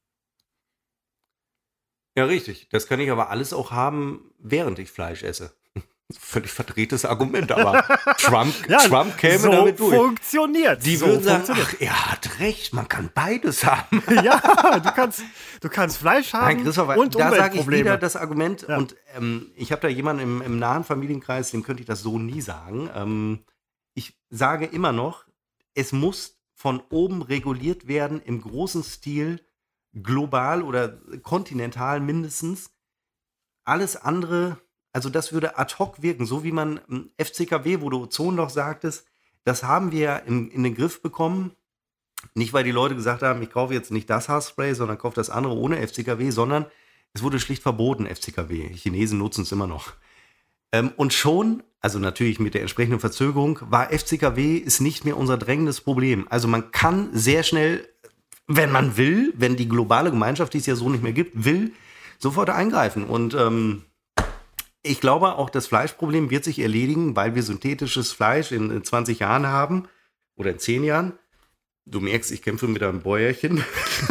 Ja, richtig. Das kann ich aber alles auch haben, während ich Fleisch esse. Völlig verdrehtes Argument, aber Trump, ja, Trump käme so damit durch. Funktioniert. Die so würden sagen, funktioniert. ach, er hat recht, man kann beides haben. Ja, du kannst, du kannst Fleisch haben. Nein, Christopher, und da sage ich Umweltprobleme. wieder das Argument, Ja. und ähm, ich habe da jemanden im, im nahen Familienkreis, dem könnte ich das so nie sagen. Ähm, ich sage immer noch, es muss von oben reguliert werden, im großen Stil, global oder kontinental mindestens. Alles andere, also das würde ad hoc wirken, so wie man ähm, F C K W, wo du Ozonloch sagtest, das haben wir ja in, in den Griff bekommen. Nicht, weil die Leute gesagt haben, ich kaufe jetzt nicht das Haarspray, sondern kaufe das andere ohne F C K W, sondern es wurde schlicht verboten, F C K W. Die Chinesen nutzen es immer noch. Ähm, und schon, also natürlich mit der entsprechenden Verzögerung, war F C K W ist nicht mehr unser drängendes Problem. Also man kann sehr schnell, wenn man will, wenn die globale Gemeinschaft, die es ja so nicht mehr gibt, will, sofort eingreifen. Und ähm, ich glaube, auch das Fleischproblem wird sich erledigen, weil wir synthetisches Fleisch in, in zwanzig Jahren haben oder in zehn Jahren. Du merkst, ich kämpfe mit einem Bäuerchen.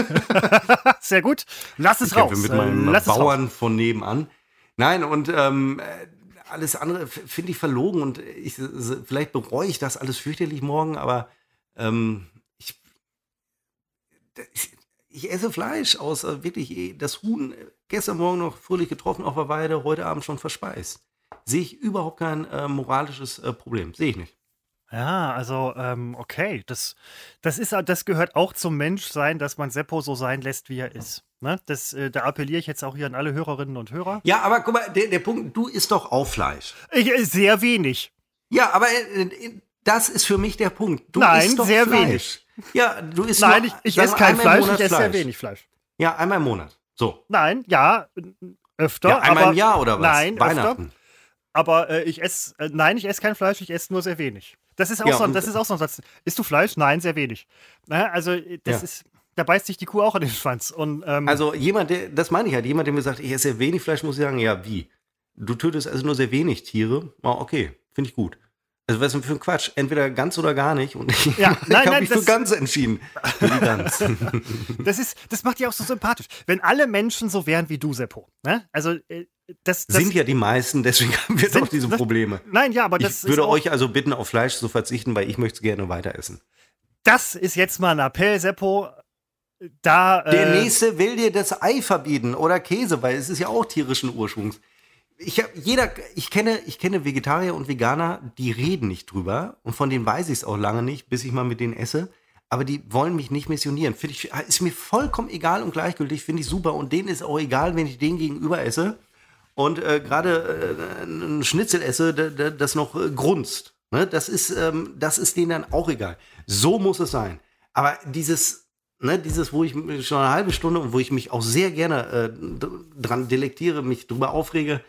Sehr gut. Lass es ich raus. kämpfe mit meinem Lass Bauern es raus. von nebenan. Nein, und ähm, alles andere f- finde ich verlogen. Und ich, vielleicht bereue ich das alles fürchterlich morgen, aber ähm, ich, ich, ich esse Fleisch aus äh, wirklich eh, das Huhn. äh, Gestern Morgen noch fröhlich getroffen auf der Weide, heute Abend schon verspeist. Sehe ich überhaupt kein äh, moralisches äh, Problem. Sehe ich nicht. Ja, also, ähm, okay. Das, das, ist, das gehört auch zum Menschsein, dass man Seppo so sein lässt, wie er ist. Ne? Das, äh, da appelliere ich jetzt auch hier an alle Hörerinnen und Hörer. Ja, aber guck mal, der, der Punkt, du isst doch auch Fleisch. Ich, äh, sehr wenig. Ja, aber äh, das ist für mich der Punkt. Du Nein, isst doch sehr Fleisch. wenig. Ja, du isst Nein, nur, ich, ich sagen esse wir, kein einmal im Fleisch, Monat ich esse sehr Fleisch. wenig Fleisch. Ja, einmal im Monat. So. Nein, ja, öfter. Ja, einmal aber, im Jahr oder was? Nein, Weihnachten. öfter. Aber äh, ich esse, äh, nein, ich esse kein Fleisch, ich esse nur sehr wenig. Das ist auch Ja, so, und- das ist auch so ein Satz. Isst du Fleisch? Nein, sehr wenig. Na, also äh, das Ja. ist, da beißt sich die Kuh auch an den Schwanz. Und, ähm, Also jemand, der, das meine ich halt, jemand, der mir sagt, ich esse sehr wenig Fleisch, muss ich sagen, ja, wie? Du tötest also nur sehr wenig Tiere? Oh, okay, finde ich gut. Also was ist denn für ein Quatsch? Entweder ganz oder gar nicht. Und ich, Ja, ich nein, habe nein, mich für das- ganz entschieden. Für die Gans. das ist, das macht dich auch so sympathisch. Wenn alle Menschen so wären wie du, Seppo. Ne? Also äh, das, das Sind ja die meisten, deswegen haben wir Sind- doch diese das- Probleme. Nein, ja, aber das Ich ist würde auch, euch also bitten, auf Fleisch zu verzichten, weil ich möchte es gerne weiter essen. das ist jetzt mal ein Appell, Seppo. da. Der äh, Nächste will dir das Ei verbieten oder Käse, weil es ist ja auch tierischen Ursprungs. Ich, hab, jeder, ich, kenne, ich kenne Vegetarier und Veganer, die reden nicht drüber. Und von denen weiß ich es auch lange nicht, bis ich mal mit denen esse. Aber die wollen mich nicht missionieren. Find ich, ist mir vollkommen egal und gleichgültig, finde ich super. Und denen ist auch egal, wenn ich denen gegenüber esse. Und äh, gerade äh, ein Schnitzel esse, da, da, das noch äh, grunzt. Ne? Das, ist, ähm, das ist denen dann auch egal. So muss es sein. Aber dieses, ne, dieses, wo ich schon eine halbe Stunde und wo ich mich auch sehr gerne äh, dran delektiere, mich drüber aufrege,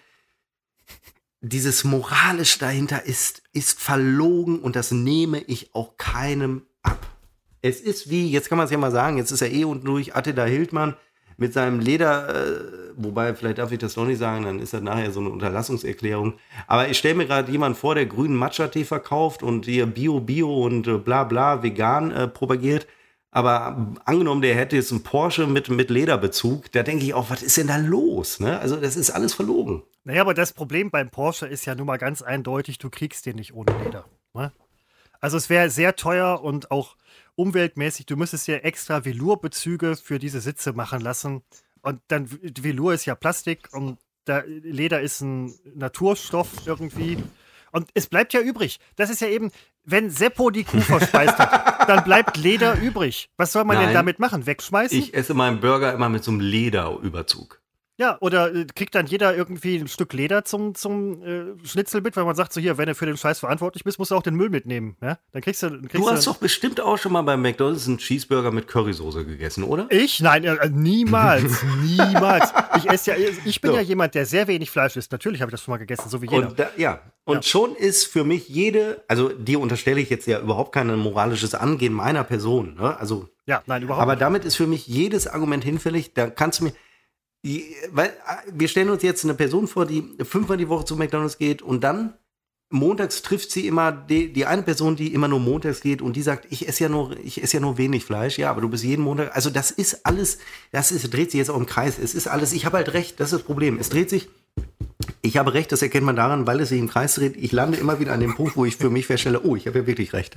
dieses moralisch dahinter ist, ist verlogen und das nehme ich auch keinem ab. Es ist wie, jetzt kann man es ja mal sagen, jetzt ist er eh unten durch, Attila Hildmann mit seinem Leder, äh, wobei, vielleicht darf ich das noch nicht sagen, dann ist das nachher so eine Unterlassungserklärung. Aber ich stelle mir gerade jemanden vor, der grünen Matcha-Tee verkauft und hier Bio, Bio und äh, bla bla vegan äh, propagiert. Aber angenommen, der hätte jetzt einen Porsche mit, mit Lederbezug, da denke ich auch, was ist denn da los? Ne? Also das ist alles verlogen. Naja, aber das Problem beim Porsche ist ja nun mal ganz eindeutig, du kriegst den nicht ohne Leder. Ne? Also es wäre sehr teuer und auch umweltmäßig. Du müsstest ja extra Velourbezüge für diese Sitze machen lassen. Und dann, Velour ist ja Plastik und da, Leder ist ein Naturstoff irgendwie. Und es bleibt ja übrig. Das ist ja eben, wenn Seppo die Kuh verspeist hat, dann bleibt Leder übrig. Was soll man Nein. denn damit machen? Wegschmeißen? Ich esse meinen Burger immer mit so einem Lederüberzug. Ja, oder äh, kriegt dann jeder irgendwie ein Stück Leder zum, zum äh, Schnitzel mit, weil man sagt so, hier, wenn du für den Scheiß verantwortlich bist, musst du auch den Müll mitnehmen. Ja? Dann kriegst du, dann kriegst Du hast du doch bestimmt auch schon mal beim McDonald's einen Cheeseburger mit Currysoße gegessen, oder? Ich? Nein, äh, niemals. niemals. Ich esse ja, ich bin So. ja jemand, der sehr wenig Fleisch isst. Natürlich habe ich das schon mal gegessen, so wie jeder. Und da, ja, und Ja. schon ist für mich jede, also dir unterstelle ich jetzt ja überhaupt kein moralisches Angehen meiner Person, ne? Also, ja, nein, überhaupt aber nicht. damit ist für mich jedes Argument hinfällig. Da kannst du mir, die, weil äh, wir stellen uns jetzt eine Person vor, die fünfmal die Woche zu McDonald's geht und dann montags trifft sie immer die, die eine Person, die immer nur montags geht und die sagt, ich esse ja nur, ich esse ja nur wenig Fleisch, ja, aber du bist jeden Montag, also das ist alles, das ist, dreht sich jetzt auch im Kreis, es ist alles, ich habe halt recht, das ist das Problem, es dreht sich, ich habe recht, das erkennt man daran, weil es sich im Kreis dreht, ich lande immer wieder an dem Punkt, wo ich für mich feststelle, oh, ich habe ja wirklich recht.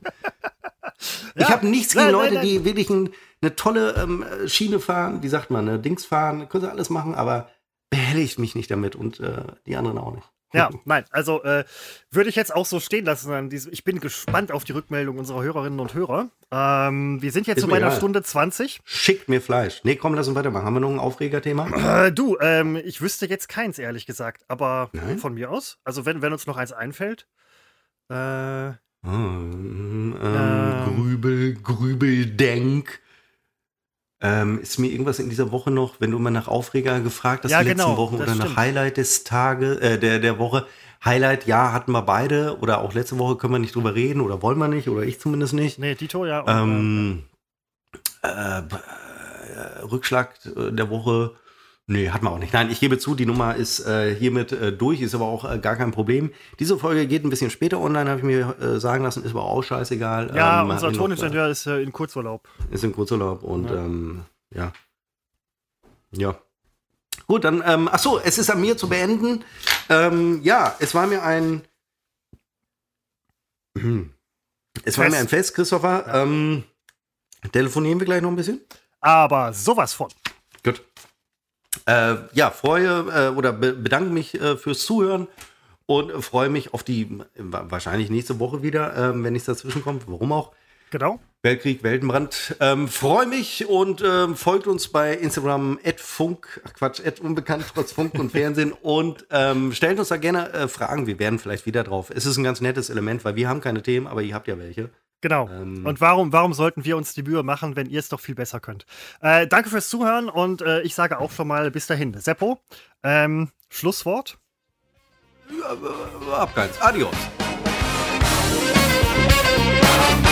Ich habe nichts gegen Nein, Leute, nein, nein. die wirklich ein, eine tolle ähm, Schiene fahren, wie sagt man, eine Dings fahren, können sie alles machen, aber behelligt mich nicht damit und äh, die anderen auch nicht. Ja, nein, also äh, würde ich jetzt auch so stehen lassen. An diesem, ich bin gespannt auf die Rückmeldung unserer Hörerinnen und Hörer. Ähm, wir sind jetzt Ist so mir bei einer egal. Stunde zwanzig. Schickt mir Fleisch. Nee, komm, lass uns weitermachen. Haben wir noch ein Aufregerthema? Äh, du, ähm, ich wüsste jetzt keins, ehrlich gesagt. Aber Nein? von mir aus. Also wenn, wenn uns noch eins einfällt. Äh, Ähm, ähm, Ähm. Grübel, Grübeldenk. Ähm, ist mir irgendwas in dieser Woche noch, wenn du mal nach Aufreger gefragt hast, Ja, die letzten genau, Wochen das oder nach stimmt. Highlight des Tages, äh, der, der Woche. Highlight, ja, hatten wir beide oder auch letzte Woche können wir nicht drüber reden oder wollen wir nicht oder ich zumindest nicht. nee, Dito, ja. Und, Ähm, äh, b- äh, Rückschlag äh, der Woche, nee, hatten wir auch nicht. Nein, ich gebe zu, die Nummer ist äh, hiermit äh, durch, ist aber auch äh, gar kein Problem. Diese Folge geht ein bisschen später online, habe ich mir äh, sagen lassen, ist aber auch scheißegal. äh, ja, Ähm, unser hat mir noch, Toningenieur ist äh, in Kurzurlaub. äh, ist im Kurzurlaub und Ja. ähm, ja. Ja. Gut, dann, ähm, ach so, es ist an mir zu beenden. Ähm, ja, es war mir ein Hm. Es war Fest. mir ein Fest, Christopher. Ja. Ähm, telefonieren wir gleich noch ein bisschen? Aber sowas von. Gut. Äh, ja, freue äh, oder be bedanke mich äh, fürs Zuhören und äh, freue mich auf die äh, wahrscheinlich nächste Woche wieder, äh, wenn nichts dazwischen kommt. Warum auch? Genau. Weltkrieg, Weltenbrand. Ähm, freue mich und ähm, folgt uns bei Instagram at Funk, ach Quatsch, at unbekannt trotz Funk und Fernsehen und ähm, stellt uns da gerne äh, Fragen. Wir werden vielleicht wieder drauf. Es ist ein ganz nettes Element, weil wir haben keine Themen, aber ihr habt ja welche. Genau. Ähm. Und warum, warum sollten wir uns die Mühe machen, wenn ihr es doch viel besser könnt? Äh, danke fürs Zuhören und äh, ich sage auch schon mal bis dahin. Seppo, ähm, Schlusswort? Ja, äh, hab keins. Adios.